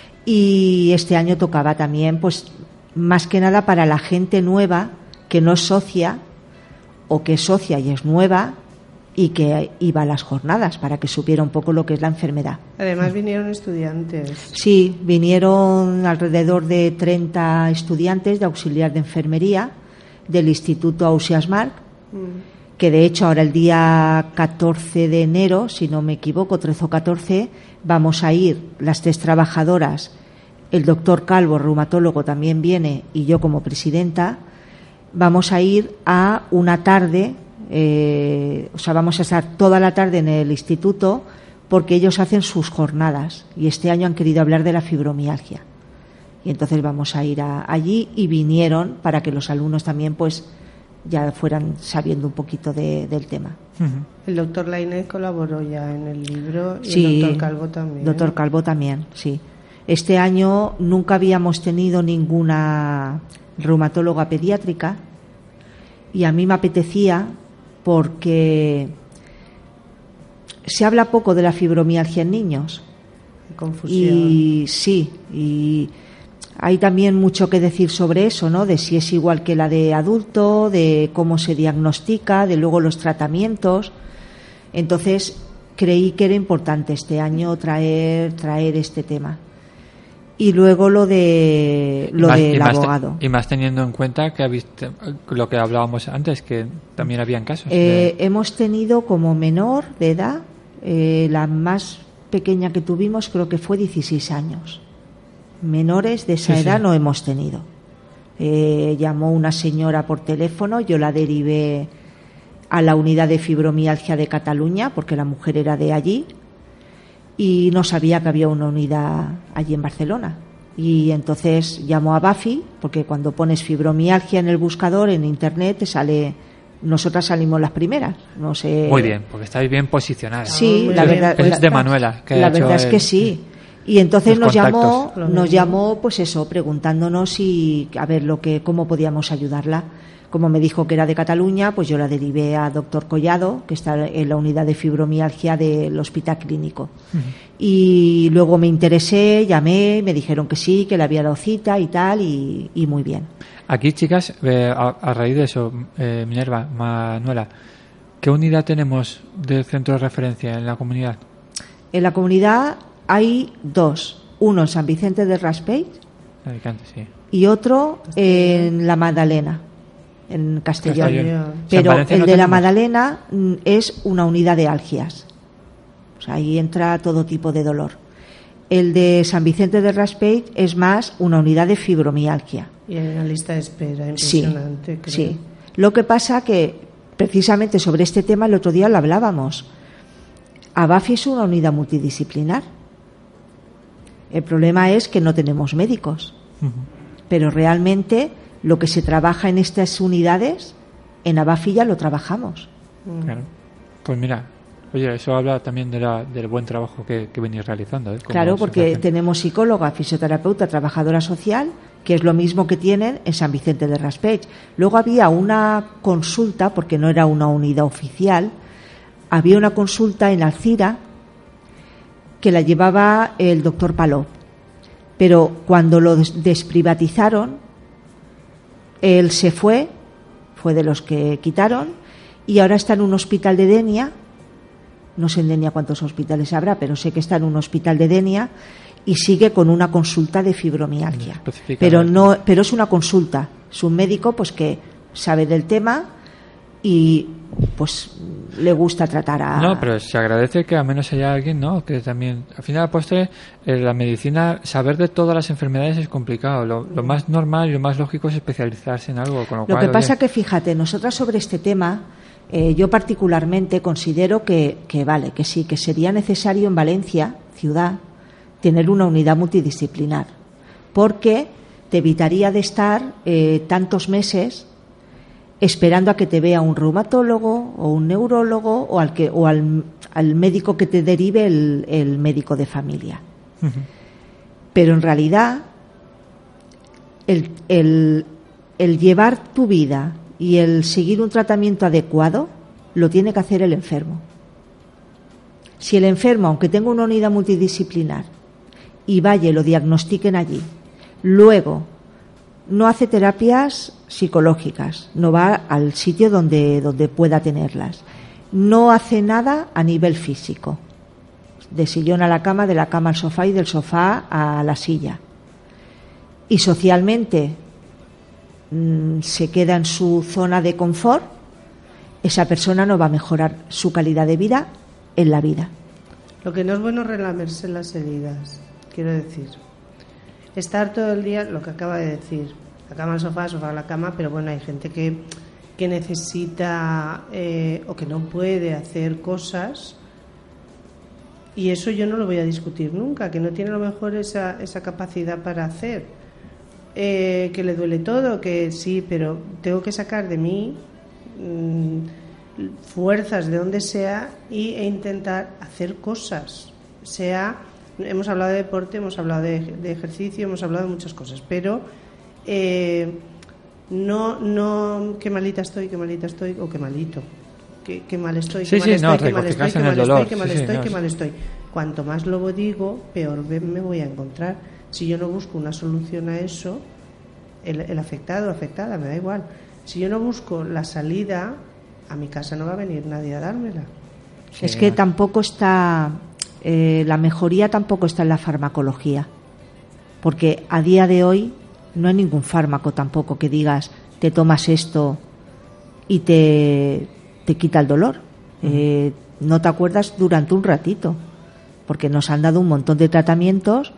y este año tocaba también, pues más que nada para la gente nueva que no es socia o que es socia y es nueva y que iba a las jornadas para que supiera un poco lo que es la enfermedad. Además vinieron estudiantes. Sí, vinieron alrededor de treinta estudiantes de auxiliar de enfermería del Instituto Ausias Marc, mm. que de hecho ahora el día catorce de enero, si no me equivoco, trece o catorce, vamos a ir las tres trabajadoras, el doctor Calvo, reumatólogo, también viene, y yo como presidenta, vamos a ir a una tarde. Eh, o sea, vamos a estar toda la tarde en el instituto porque ellos hacen sus jornadas y este año han querido hablar de la fibromialgia y entonces vamos a ir a, allí y vinieron para que los alumnos también pues ya fueran sabiendo un poquito de, del tema. Uh-huh. El doctor Lainez colaboró ya en el libro y sí, el doctor Calvo también. Doctor Calvo también, sí. Este año nunca habíamos tenido ninguna reumatóloga pediátrica y a mí me apetecía porque se habla poco de la fibromialgia en niños. Confusión. Y sí, y hay también mucho que decir sobre eso, ¿no? De si es igual que la de adulto, de cómo se diagnostica, de luego los tratamientos. Entonces, creí que era importante este año traer traer este tema. Y luego lo de lo más, del abogado. Y más teniendo en cuenta que visto, lo que hablábamos antes, que también habían casos. Eh, de... Hemos tenido como menor de edad, eh, la más pequeña que tuvimos creo que fue dieciséis años. Menores de esa sí, edad sí. no hemos tenido. Eh, llamó una señora por teléfono, yo la derivé a la unidad de fibromialgia de Cataluña, porque la mujer era de allí. Y no sabía que había una unidad allí en Barcelona. Y entonces llamó a Bafi, porque cuando pones fibromialgia en el buscador, en internet, te sale, nosotras salimos las primeras. No sé. Muy bien, porque estáis bien posicionadas. Sí, la verdad. Es de Manuela. Que la ha hecho verdad es el, que sí. Y entonces nos contactos. llamó, nos llamó, pues eso, preguntándonos si, a ver, lo que, cómo podíamos ayudarla. Como me dijo que era de Cataluña, pues yo la derivé a doctor Collado, que está en la unidad de fibromialgia del Hospital Clínico. Uh-huh. Y luego me interesé, llamé, me dijeron que sí, que le había dado cita y tal, y, y muy bien. Aquí, chicas, eh, a, a raíz de eso, eh, Minerva, Manuela, ¿qué unidad tenemos del centro de referencia en la comunidad? En la comunidad hay dos. Uno en San Vicente del Raspeig sí. y otro en La Magdalena, en Castellón. Castellón. Pero el no de La tenemos. Magdalena es una unidad de algias. O sea, ahí entra todo tipo de dolor. El de San Vicente del Raspeig es más una unidad de fibromialgia. Y hay una lista de espera impresionante, sí, creo. Sí. Lo que pasa que precisamente sobre este tema el otro día lo hablábamos. A Bafi es una unidad multidisciplinar. El problema es que no tenemos médicos. Uh-huh. Pero realmente lo que se trabaja en estas unidades, en Abafi ya lo trabajamos. Claro. Pues mira, oye, eso habla también de la, del buen trabajo que, que venís realizando. ¿eh? Claro, porque asociación. Tenemos psicóloga, fisioterapeuta, trabajadora social, que es lo mismo que tienen en San Vicente de Raspeig. Luego había una consulta, porque no era una unidad oficial, había una consulta en Alcira que la llevaba el doctor Paló. Pero cuando lo desprivatizaron, él se fue, fue de los que quitaron, y ahora está en un hospital de Denia. No sé en Denia cuántos hospitales habrá, pero sé que está en un hospital de Denia y sigue con una consulta de fibromialgia. Pero no, pero es una consulta. Es un médico pues que sabe del tema y pues le gusta tratar a... No, pero se agradece que al menos haya alguien, ¿no? Que también, al final de postre, eh, la medicina, saber de todas las enfermedades es complicado. Lo, lo más normal y lo más lógico es especializarse en algo. Con lo lo cual, que pasa oye... que, fíjate, nosotras sobre este tema, eh, yo particularmente considero que, que vale, que sí, que sería necesario en Valencia, ciudad, tener una unidad multidisciplinar, porque te evitaría de estar eh, tantos meses esperando a que te vea un reumatólogo o un neurólogo o al que o al, al médico que te derive el, el médico de familia. Uh-huh. Pero en realidad el, el, el llevar tu vida y el seguir un tratamiento adecuado lo tiene que hacer el enfermo. Si el enfermo, aunque tenga una unidad multidisciplinar y vaya y lo diagnostiquen allí, luego no hace terapias psicológicas, no va al sitio donde, donde pueda tenerlas, no hace nada a nivel físico, de sillón a la cama, de la cama al sofá y del sofá a la silla, y socialmente mmm, se queda en su zona de confort, esa persona no va a mejorar su calidad de vida en la vida. Lo que no es bueno es relamerse las heridas, quiero decir. Estar todo el día, lo que acaba de decir, la cama al sofá, sofá a la cama, pero bueno, hay gente que, que necesita eh, o que no puede hacer cosas, y eso yo no lo voy a discutir nunca, que no tiene a lo mejor esa, esa capacidad para hacer, eh, que le duele todo, que sí, pero tengo que sacar de mí mmm, fuerzas de donde sea y, e intentar hacer cosas, sea... Hemos hablado de deporte, hemos hablado de, de ejercicio, hemos hablado de muchas cosas, pero eh, no, no, qué malita estoy, qué malita estoy, o qué malito, qué, qué mal estoy, sí, qué mal sí, estoy, no, qué mal estoy, qué mal estoy, qué mal sí, estoy, sí, qué no. mal estoy. Cuanto más lo digo, peor me voy a encontrar. Si yo no busco una solución a eso, el, el afectado o afectada, me da igual. Si yo no busco la salida, a mi casa no va a venir nadie a dármela. Sí, es que tampoco está... Eh, la mejoría tampoco está en la farmacología, porque a día de hoy no hay ningún fármaco tampoco que digas te tomas esto y te, te quita el dolor. Uh-huh. Eh, no te acuerdas durante un ratito, porque nos han dado un montón de tratamientos.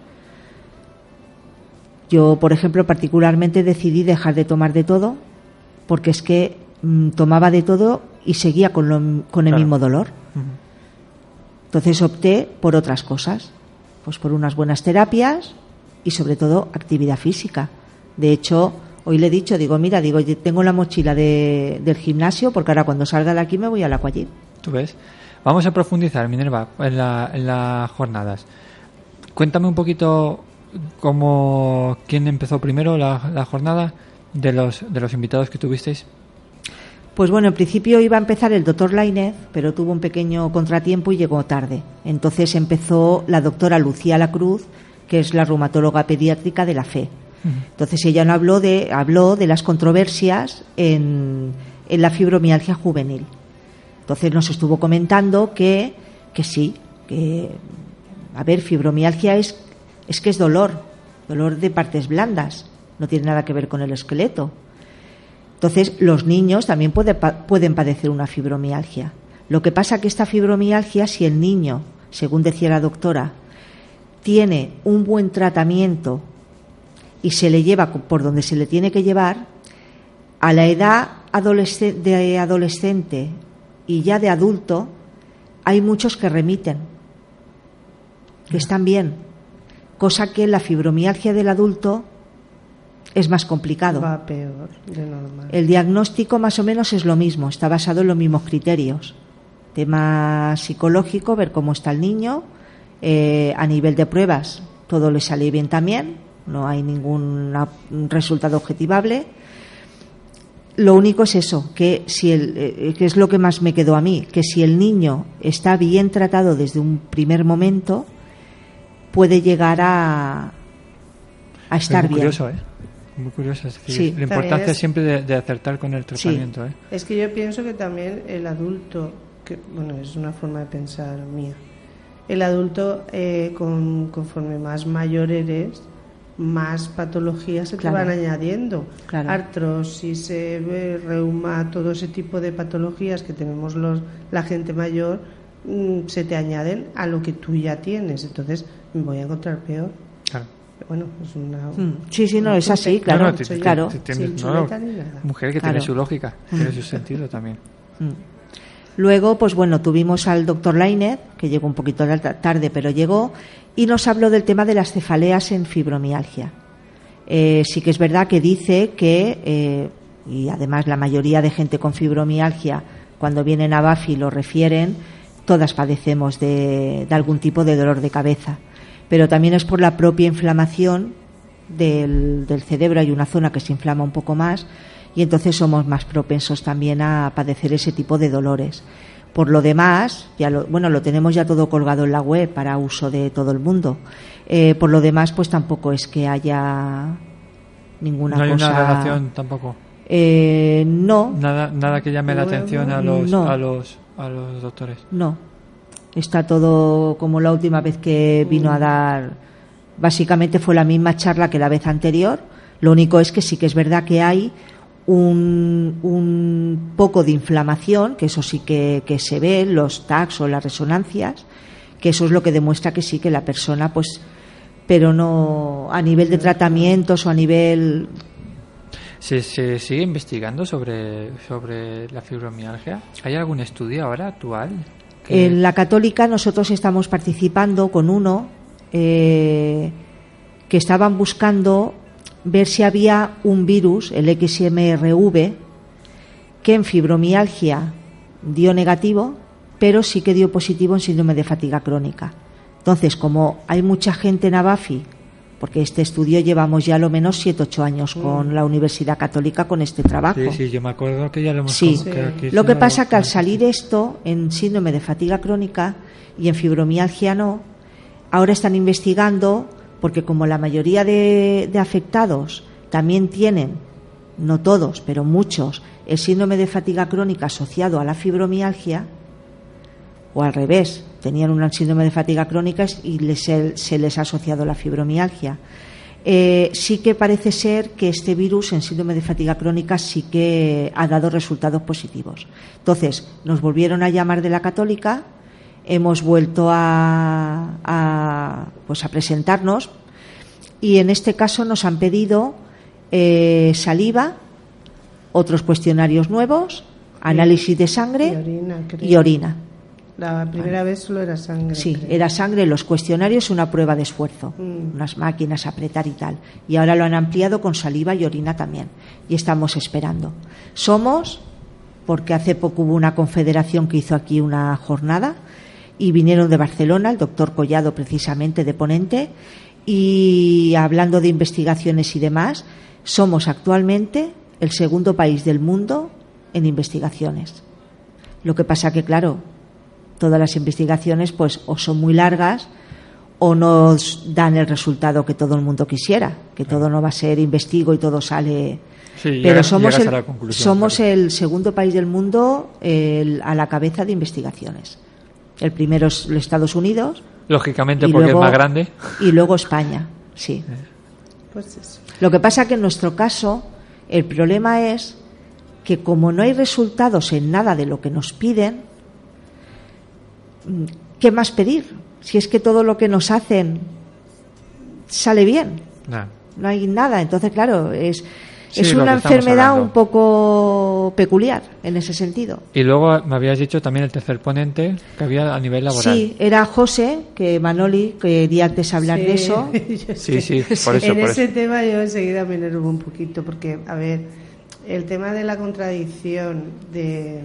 Yo, por ejemplo, particularmente decidí dejar de tomar de todo, porque es que mmm, tomaba de todo y seguía con, lo, con el claro. mismo dolor. Uh-huh. Entonces opté por otras cosas, pues por unas buenas terapias y sobre todo actividad física. De hecho, hoy le he dicho, digo, mira, digo, tengo la mochila de, del gimnasio porque ahora cuando salga de aquí me voy al aquagym. ¿Tú ves? Vamos a profundizar, Minerva, en, la, en las jornadas. Cuéntame un poquito cómo, quién empezó primero la, la jornada de los, de los invitados que tuvisteis. Pues bueno, en principio iba a empezar el doctor Lainez, pero tuvo un pequeño contratiempo y llegó tarde. Entonces empezó la doctora Lucía Lacruz, que es la reumatóloga pediátrica de la F E. Uh-huh. Entonces ella no habló de, habló de las controversias en, en la fibromialgia juvenil. Entonces nos estuvo comentando que, que sí, que, a ver, fibromialgia es, es que es dolor, dolor de partes blandas, no tiene nada que ver con el esqueleto. Entonces, los niños también puede, pueden padecer una fibromialgia. Lo que pasa que esta fibromialgia, si el niño, según decía la doctora, tiene un buen tratamiento y se le lleva por donde se le tiene que llevar, a la edad adolescente, de adolescente y ya de adulto, hay muchos que remiten, que están bien. cosa que la fibromialgia del adulto es más complicado. Va peor de normal. El diagnóstico más o menos es lo mismo, está basado en los mismos criterios. Tema psicológico, ver cómo está el niño, eh, a nivel de pruebas todo le sale bien también, no hay ningún resultado objetivable. Lo único es eso, que si el, eh, que es lo que más me quedó a mí, que si el niño está bien tratado desde un primer momento, puede llegar a, a estar es muy bien. Curioso, ¿eh? Muy curioso, es decir, Sí. la importancia Es, siempre de, de acertar con el tratamiento. Sí. ¿eh? es que yo pienso que también el adulto, que bueno, es una forma de pensar mía, el adulto eh, con, conforme más mayor eres, más patologías se Claro. te van añadiendo. Claro. Artrosis, eh, reuma, todo ese tipo de patologías que tenemos los, la gente mayor, mm, se te añaden a lo que tú ya tienes. Entonces me voy a encontrar peor. Claro. Bueno, es una... Mm. Sí, sí, no, es así, No, claro. No, no, ti- ti- claro. ti- tienes- Sin no, no, chuleta ni nada. mujer que Claro. tiene su lógica, tiene su sentido también. Mm. Luego, pues bueno, tuvimos al doctor Lainez, que llegó un poquito tarde, pero llegó, y nos habló del tema de las cefaleas en fibromialgia. Eh, sí que es verdad que dice que, eh, y además la mayoría de gente con fibromialgia, cuando vienen a Bafi lo refieren, todas padecemos de, de algún tipo de dolor de cabeza. Pero también es por la propia inflamación del, del cerebro, hay una zona que se inflama un poco más, y entonces somos más propensos también a padecer ese tipo de dolores. Por lo demás, ya lo, bueno, lo tenemos ya todo colgado en la web para uso de todo el mundo. Eh, por lo demás, pues tampoco es que haya ninguna No hay cosa. una relación tampoco. Eh, no, Nada, nada que llame la Bueno, atención a los, no. a los, a los doctores. no. Está todo como la última vez que vino a dar. Básicamente fue la misma charla que la vez anterior. Lo único es que sí que es verdad que hay un, un poco de inflamación, que eso sí que, que se ve, los tags o las resonancias, que eso es lo que demuestra que sí que la persona, pues, pero no a nivel de tratamientos o a nivel. ¿Se, se sigue investigando sobre, sobre la fibromialgia? ¿Hay algún estudio ahora actual? que- En la Católica nosotros estamos participando con uno eh, que estaban buscando ver si había un virus, el X M R V, que en fibromialgia dio negativo, pero sí que dio positivo en síndrome de fatiga crónica. Entonces, como hay mucha gente en Abafi, porque este estudio llevamos ya a lo menos siete ocho años con la Universidad Católica con este trabajo. Sí, sí, yo me acuerdo que ya lo hemos Sí, con- que aquí lo se que lo- pasa que al salir esto en síndrome de fatiga crónica y en fibromialgia no, ahora están investigando porque como la mayoría de, de afectados también tienen, no todos, pero muchos, el síndrome de fatiga crónica asociado a la fibromialgia, o al revés, tenían un síndrome de fatiga crónica y les, se, se les ha asociado la fibromialgia. Eh, sí que parece ser que este virus en síndrome de fatiga crónica sí que ha dado resultados positivos. Entonces, nos volvieron a llamar de la Católica, hemos vuelto a, a, pues a presentarnos y en este caso nos han pedido eh, saliva, otros cuestionarios nuevos, análisis de sangre Y orina, creo. y orina. La primera vez solo era sangre. Sí, creo. era sangre, los cuestionarios, una prueba de esfuerzo, Mm. unas máquinas a apretar y tal. Y ahora lo han ampliado con saliva y orina también. Y estamos esperando. Somos, porque hace poco hubo una confederación que hizo aquí una jornada y vinieron de Barcelona, el doctor Collado precisamente de ponente, y hablando de investigaciones y demás, somos actualmente el segundo país del mundo en investigaciones. Lo que pasa que, claro, todas las investigaciones pues o son muy largas o nos dan el resultado que todo el mundo quisiera, que todo no va a ser investigo y todo sale. Sí, Pero llegas- somos, llegas el, a la conclusión, somos claro. el segundo país del mundo el- a la cabeza de investigaciones. El primero es los Estados Unidos Lógicamente, y porque luego- es más grande. y luego España, sí. Pues eso. Lo que pasa que en nuestro caso el problema es que como no hay resultados en nada de lo que nos piden, ¿qué más pedir? Si es que todo lo que nos hacen sale bien, Nah. no hay nada. Entonces, claro, es Sí, es lo una que estamos enfermedad hablando. un poco peculiar en ese sentido. Y luego me habías dicho también el tercer ponente que había a nivel laboral. Sí, era José, que Manoli quería antes hablar Sí, de eso. yo es Sí, que sí, por eso, en por ese eso. tema yo enseguida me enervo un poquito porque, a ver, el tema de la contradicción de,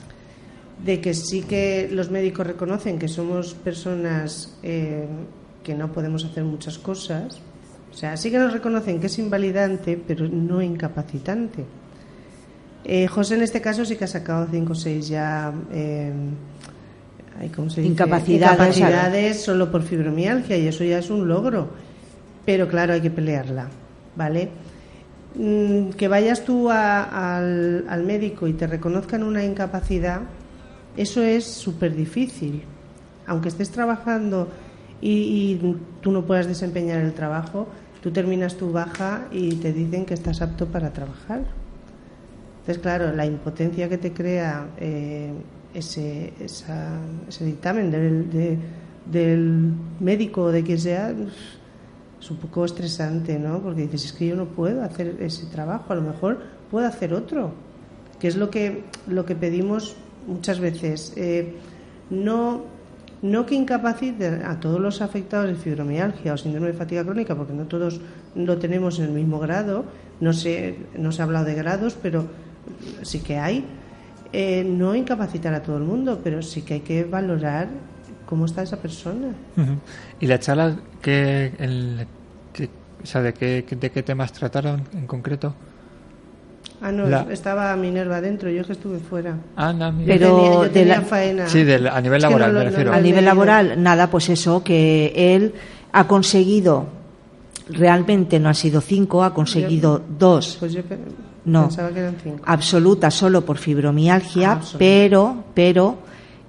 de que sí que los médicos reconocen que somos personas eh, que no podemos hacer muchas cosas, o sea, sí que nos reconocen que es invalidante, pero no incapacitante. Eh, José en este caso sí que ha sacado cinco o seis ya eh, ay, ¿cómo se dice? Incapacidades. Incapacidades solo por fibromialgia, y eso ya es un logro, pero claro, hay que pelearla, ¿vale? Mm, que vayas tú a- al, al médico y te reconozcan una incapacidad, eso es súper difícil. Aunque estés trabajando y, y tú no puedas desempeñar el trabajo, tú terminas tu baja y te dicen que estás apto para trabajar. Entonces, claro, la impotencia que te crea eh, ese, esa- ese dictamen del, de- del médico o de quien sea es un poco estresante, ¿no? Porque dices, es que yo no puedo hacer ese trabajo, a lo mejor puedo hacer otro, que es lo que, lo que pedimos muchas veces. Eh, no, no que incapaciten a todos los afectados de fibromialgia o síndrome de fatiga crónica, porque no todos lo tenemos en el mismo grado, no sé, no se ha hablado de grados, pero sí que hay. Eh, no incapacitar a todo el mundo, pero sí que hay que valorar cómo está esa persona. Ujú. ¿Y la charla que, el, que- o sea, de qué, de qué temas trataron en concreto? Ah, no, La- estaba Minerva dentro, yo que estuve fuera. Ah, no, mira. Pero yo tenía, yo de tenía la- faena. Sí, del- a nivel Es que no laboral lo- me no refiero. lo A he nivel leído. laboral, nada, pues eso, que él ha conseguido, realmente no ha sido cinco, ha conseguido dos, Pues yo pe- No. pensaba que eran cinco. absolutas solo por fibromialgia, Ah, absoluta. pero, pero,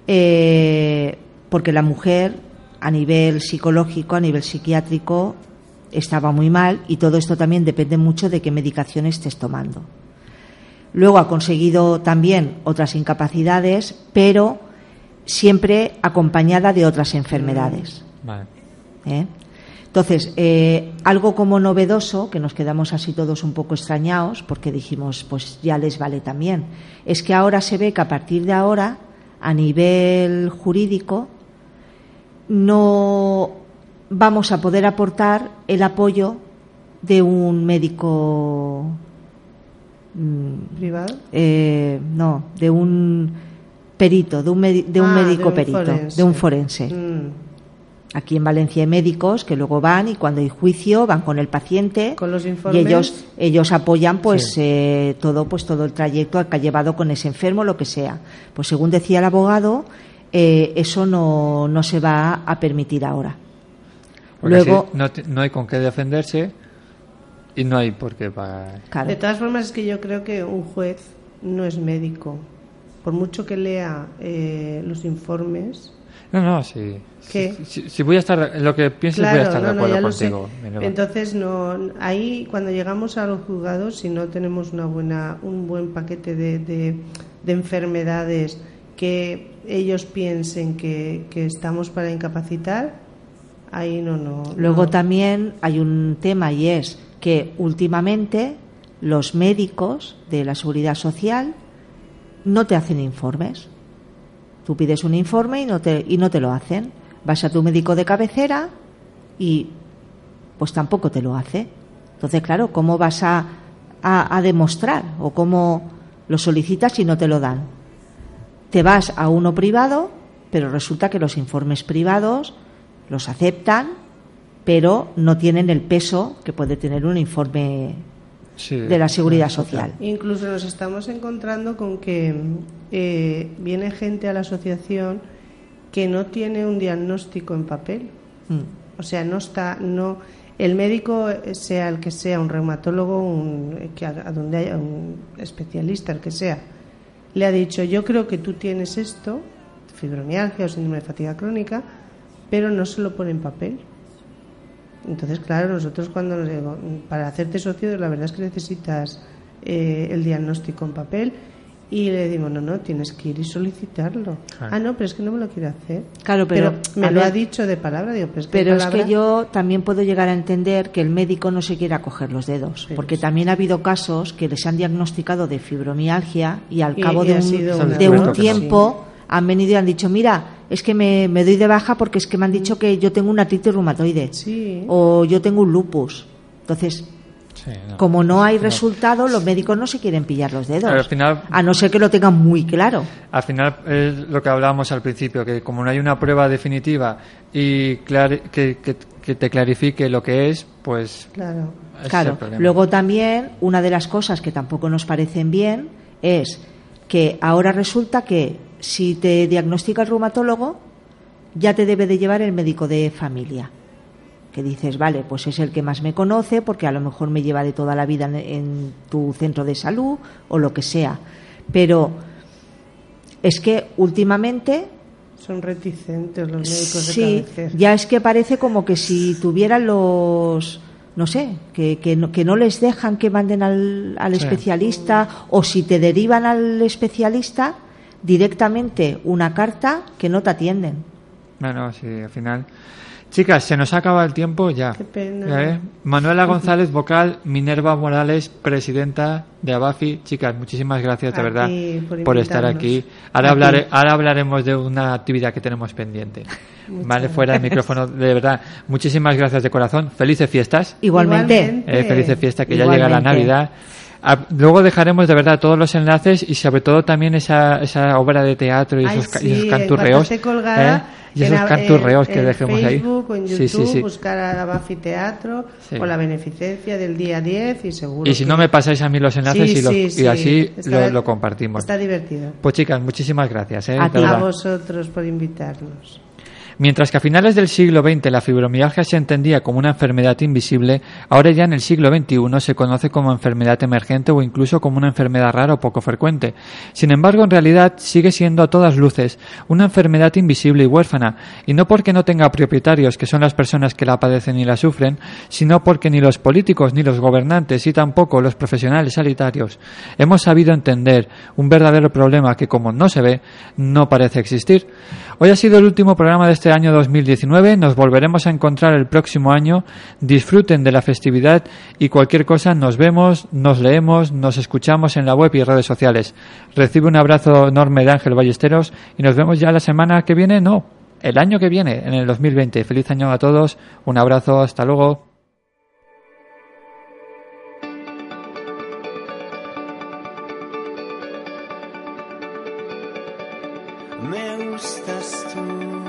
eh, porque la mujer a nivel psicológico, a nivel psiquiátrico, estaba muy mal, y todo esto también depende mucho de qué medicación estés tomando. Luego ha conseguido también otras incapacidades, pero siempre acompañada de otras enfermedades. Vale. ¿eh? Entonces, eh, algo como novedoso, que nos quedamos así todos un poco extrañados, porque dijimos, pues ya les vale también, es que ahora se ve que a partir de ahora, a nivel jurídico, no vamos a poder aportar el apoyo de un médico, mm, ¿Privado? eh, no, de un perito, de un, medi- de un Ah, médico de un perito, forense. de un forense. Mm. Aquí en Valencia hay médicos que luego van, y cuando hay juicio van con el paciente Con los y informes. ellos ellos apoyan pues Sí. eh, todo pues todo el trayecto que ha llevado con ese enfermo, lo que sea. Pues según decía el abogado, eh, eso no, no se va a permitir ahora. Porque Luego, así no, te- no hay con qué defenderse y no hay por qué pagar. claro, De todas formas, es que yo creo que un juez no es médico. Por mucho que lea eh, los informes. No, no, sí. ¿Qué? Si, si- si voy a estar, en lo que pienses voy a estar de no, no, acuerdo ya lo sé. contigo. Minerva. Entonces, no, ahí cuando llegamos a los juzgados, si no tenemos una buena, un buen paquete de, de, de enfermedades que ellos piensen que, que estamos para incapacitar, ahí no, no. luego no. también hay un tema, y es que últimamente los médicos de la Seguridad Social no te hacen informes. Tú pides un informe y no te, y no te lo hacen. Vas a tu médico de cabecera y pues tampoco te lo hace. Entonces, claro, ¿cómo vas a, a, a demostrar o cómo lo solicitas si no te lo dan? Te vas a uno privado, pero resulta que los informes privados los aceptan, pero no tienen el peso que puede tener un informe Sí, de la Seguridad Social. Incluso nos estamos encontrando con que eh, viene gente a la asociación que no tiene un diagnóstico en papel. Mm. O sea, no está, no, el médico, sea el que sea, un reumatólogo, un, que a, a donde haya un especialista, el que sea, le ha dicho, yo creo que tú tienes esto, fibromialgia o síndrome de fatiga crónica, pero no se lo pone en papel. Entonces, claro, nosotros cuando nos digo, para hacerte socio, la verdad es que necesitas eh, el diagnóstico en papel, Y le digo, no, no, tienes que ir y solicitarlo. Claro. Ah, no, pero es que no me lo quiero hacer. Claro, pero, me a lo ver, ha dicho de palabra. Digo, pero es que, pero es palabra... que yo también puedo llegar a entender que el médico no se quiera coger los dedos, Pero porque sí. también ha habido casos que les han diagnosticado de fibromialgia y al Y- cabo y de ha un, sido una de un prueba. tiempo han venido y han dicho, mira, es que me, me doy de baja porque es que me han dicho que yo tengo una artritis reumatoide Sí. o yo tengo un lupus. Entonces, Sí, no. como no hay No. resultado, los médicos no se quieren pillar los dedos, Al final- a no ser que lo tengan muy claro. Al final es lo que hablábamos al principio, que como no hay una prueba definitiva y clar- que, que, que te clarifique lo que es, pues Claro. ese es el Claro, problema. luego también una de las cosas que tampoco nos parecen bien es que ahora resulta que si te diagnostica el reumatólogo ya te debe de llevar el médico de familia, que dices, vale, pues es el que más me conoce porque a lo mejor me lleva de toda la vida en, en tu centro de salud o lo que sea, pero es que últimamente Son reticentes los médicos de sí, cabecera. ya es que parece como que si tuvieran los, no sé, que, que, no, que no les dejan que manden al, al Sí. especialista, o si te derivan al especialista, directamente una carta que no te atienden. Bueno, sí, al final. Chicas, se nos ha acabado el tiempo ya. Qué pena. ¿Eh? Manuela González, vocal, Minerva Morales, presidenta de Abafi. Chicas, muchísimas gracias, de A verdad, ti por por estar invitarnos. aquí. Ahora, A hablaré, ti. ahora hablaremos de una actividad que tenemos pendiente. Muchas Vale, fuera del micrófono, de verdad. Muchísimas gracias de corazón. Felices fiestas. Igualmente. Igualmente. Eh, felices fiestas, que ya llega la Igualmente. Navidad. Ah, luego dejaremos de verdad todos los enlaces y sobre todo también esa, esa obra de teatro y Ay, esos, ca- sí, y esos en canturreos. cuanto esté colgada, ¿eh? Y esos en, canturreos en, que en dejemos ahí. Facebook o en Sí, YouTube, sí, sí. buscar a Abafi Teatro Sí. o la beneficencia del día diez y seguro Y si que- no me pasáis a mí los enlaces Sí, y, los- sí, y sí. así Está- lo, lo compartimos. Está divertido. Pues chicas, muchísimas gracias. ¿eh? A De ti. verdad. A vosotros por invitarnos. Mientras que a finales del siglo veinte la fibromialgia se entendía como una enfermedad invisible, ahora ya en el siglo veintiuno se conoce como enfermedad emergente o incluso como una enfermedad rara o poco frecuente. Sin embargo, en realidad sigue siendo a todas luces una enfermedad invisible y huérfana, y no porque no tenga propietarios, que son las personas que la padecen y la sufren, sino porque ni los políticos ni los gobernantes y tampoco los profesionales sanitarios hemos sabido entender un verdadero problema que, como no se ve, no parece existir. Hoy ha sido el último programa de este año dos mil diecinueve, nos volveremos a encontrar el próximo año. Disfruten de la festividad y cualquier cosa nos vemos, nos leemos, nos escuchamos en la web y redes sociales. Recibe un abrazo enorme de Ángel Ballesteros y nos vemos ya la semana que viene, no, el año que viene, en el dos mil veinte. Feliz año a todos, un abrazo, hasta luego. Me gustas tú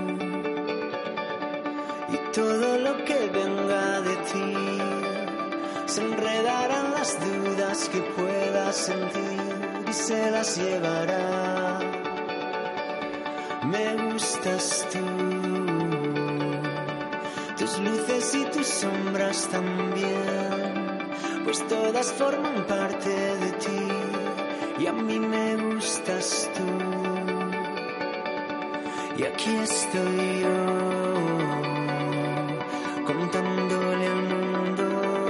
y todo lo que venga de ti se enredarán las dudas que puedas sentir y se las llevará. Me gustas tú, tus luces y tus sombras también, pues todas forman parte de ti y a mí me gustas tú. Y aquí estoy yo, contándole al mundo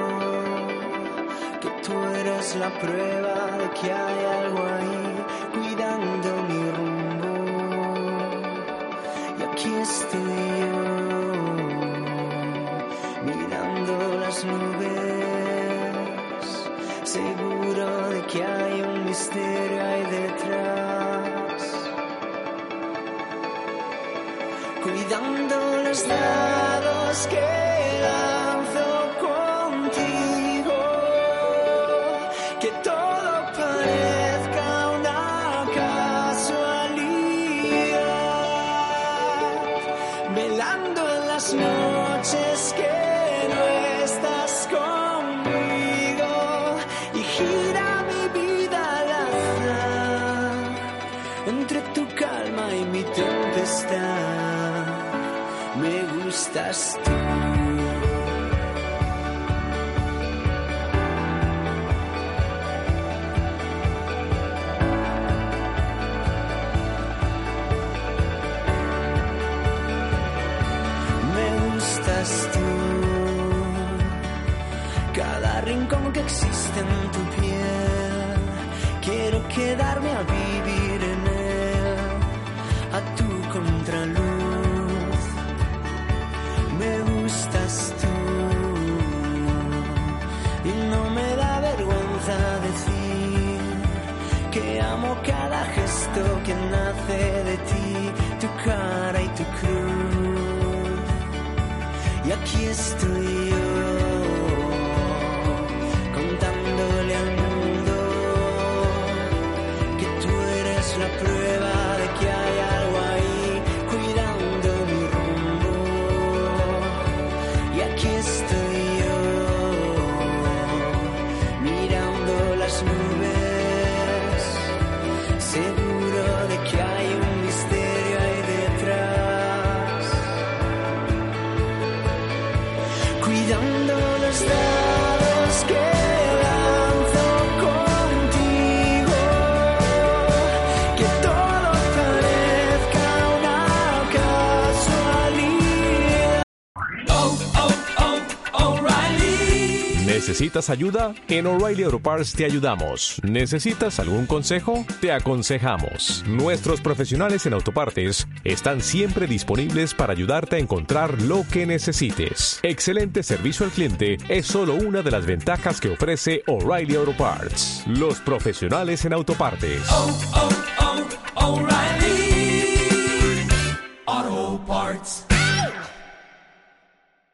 que tú eres la prueba de que hay algo ahí, cuidando mi rumbo. Y aquí estoy yo, mirando las nubes, seguro de que hay un misterio ahí detrás. Cuidando los dados que lanzo contigo, que todo parezca una casualidad, velando en las noches que no estás conmigo, y gira mi vida al azar, entre tu calma y mi tempestad. Me gustas tú. Me gustas tú. Cada rincón que existe en tu piel, quiero quedarme a vivir en él a tu contraluz. Me gustas tú y no me da vergüenza decir que amo cada gesto que nace de ti, tu cara y tu cruz. Y aquí estoy yo, contándole al mundo que tú eres la prueba de que hay algo ahí, cuidando mi rumbo. Y aquí estoy yo, mirando las nubes, seguro de que hay un misterio ahí detrás, cuidando los dados que lanzo contigo, que todo parezca una casualidad. Oh, oh, oh, O'Reilly. ¿Necesitas ayuda? En O'Reilly Auto Parts te ayudamos. ¿Necesitas algún consejo? Te aconsejamos. Nuestros profesionales en autopartes están siempre disponibles para ayudarte a encontrar lo que necesites. Excelente servicio al cliente es solo una de las ventajas que ofrece O'Reilly Auto Parts. Los profesionales en autopartes. Oh, oh, oh, O'Reilly Auto Parts.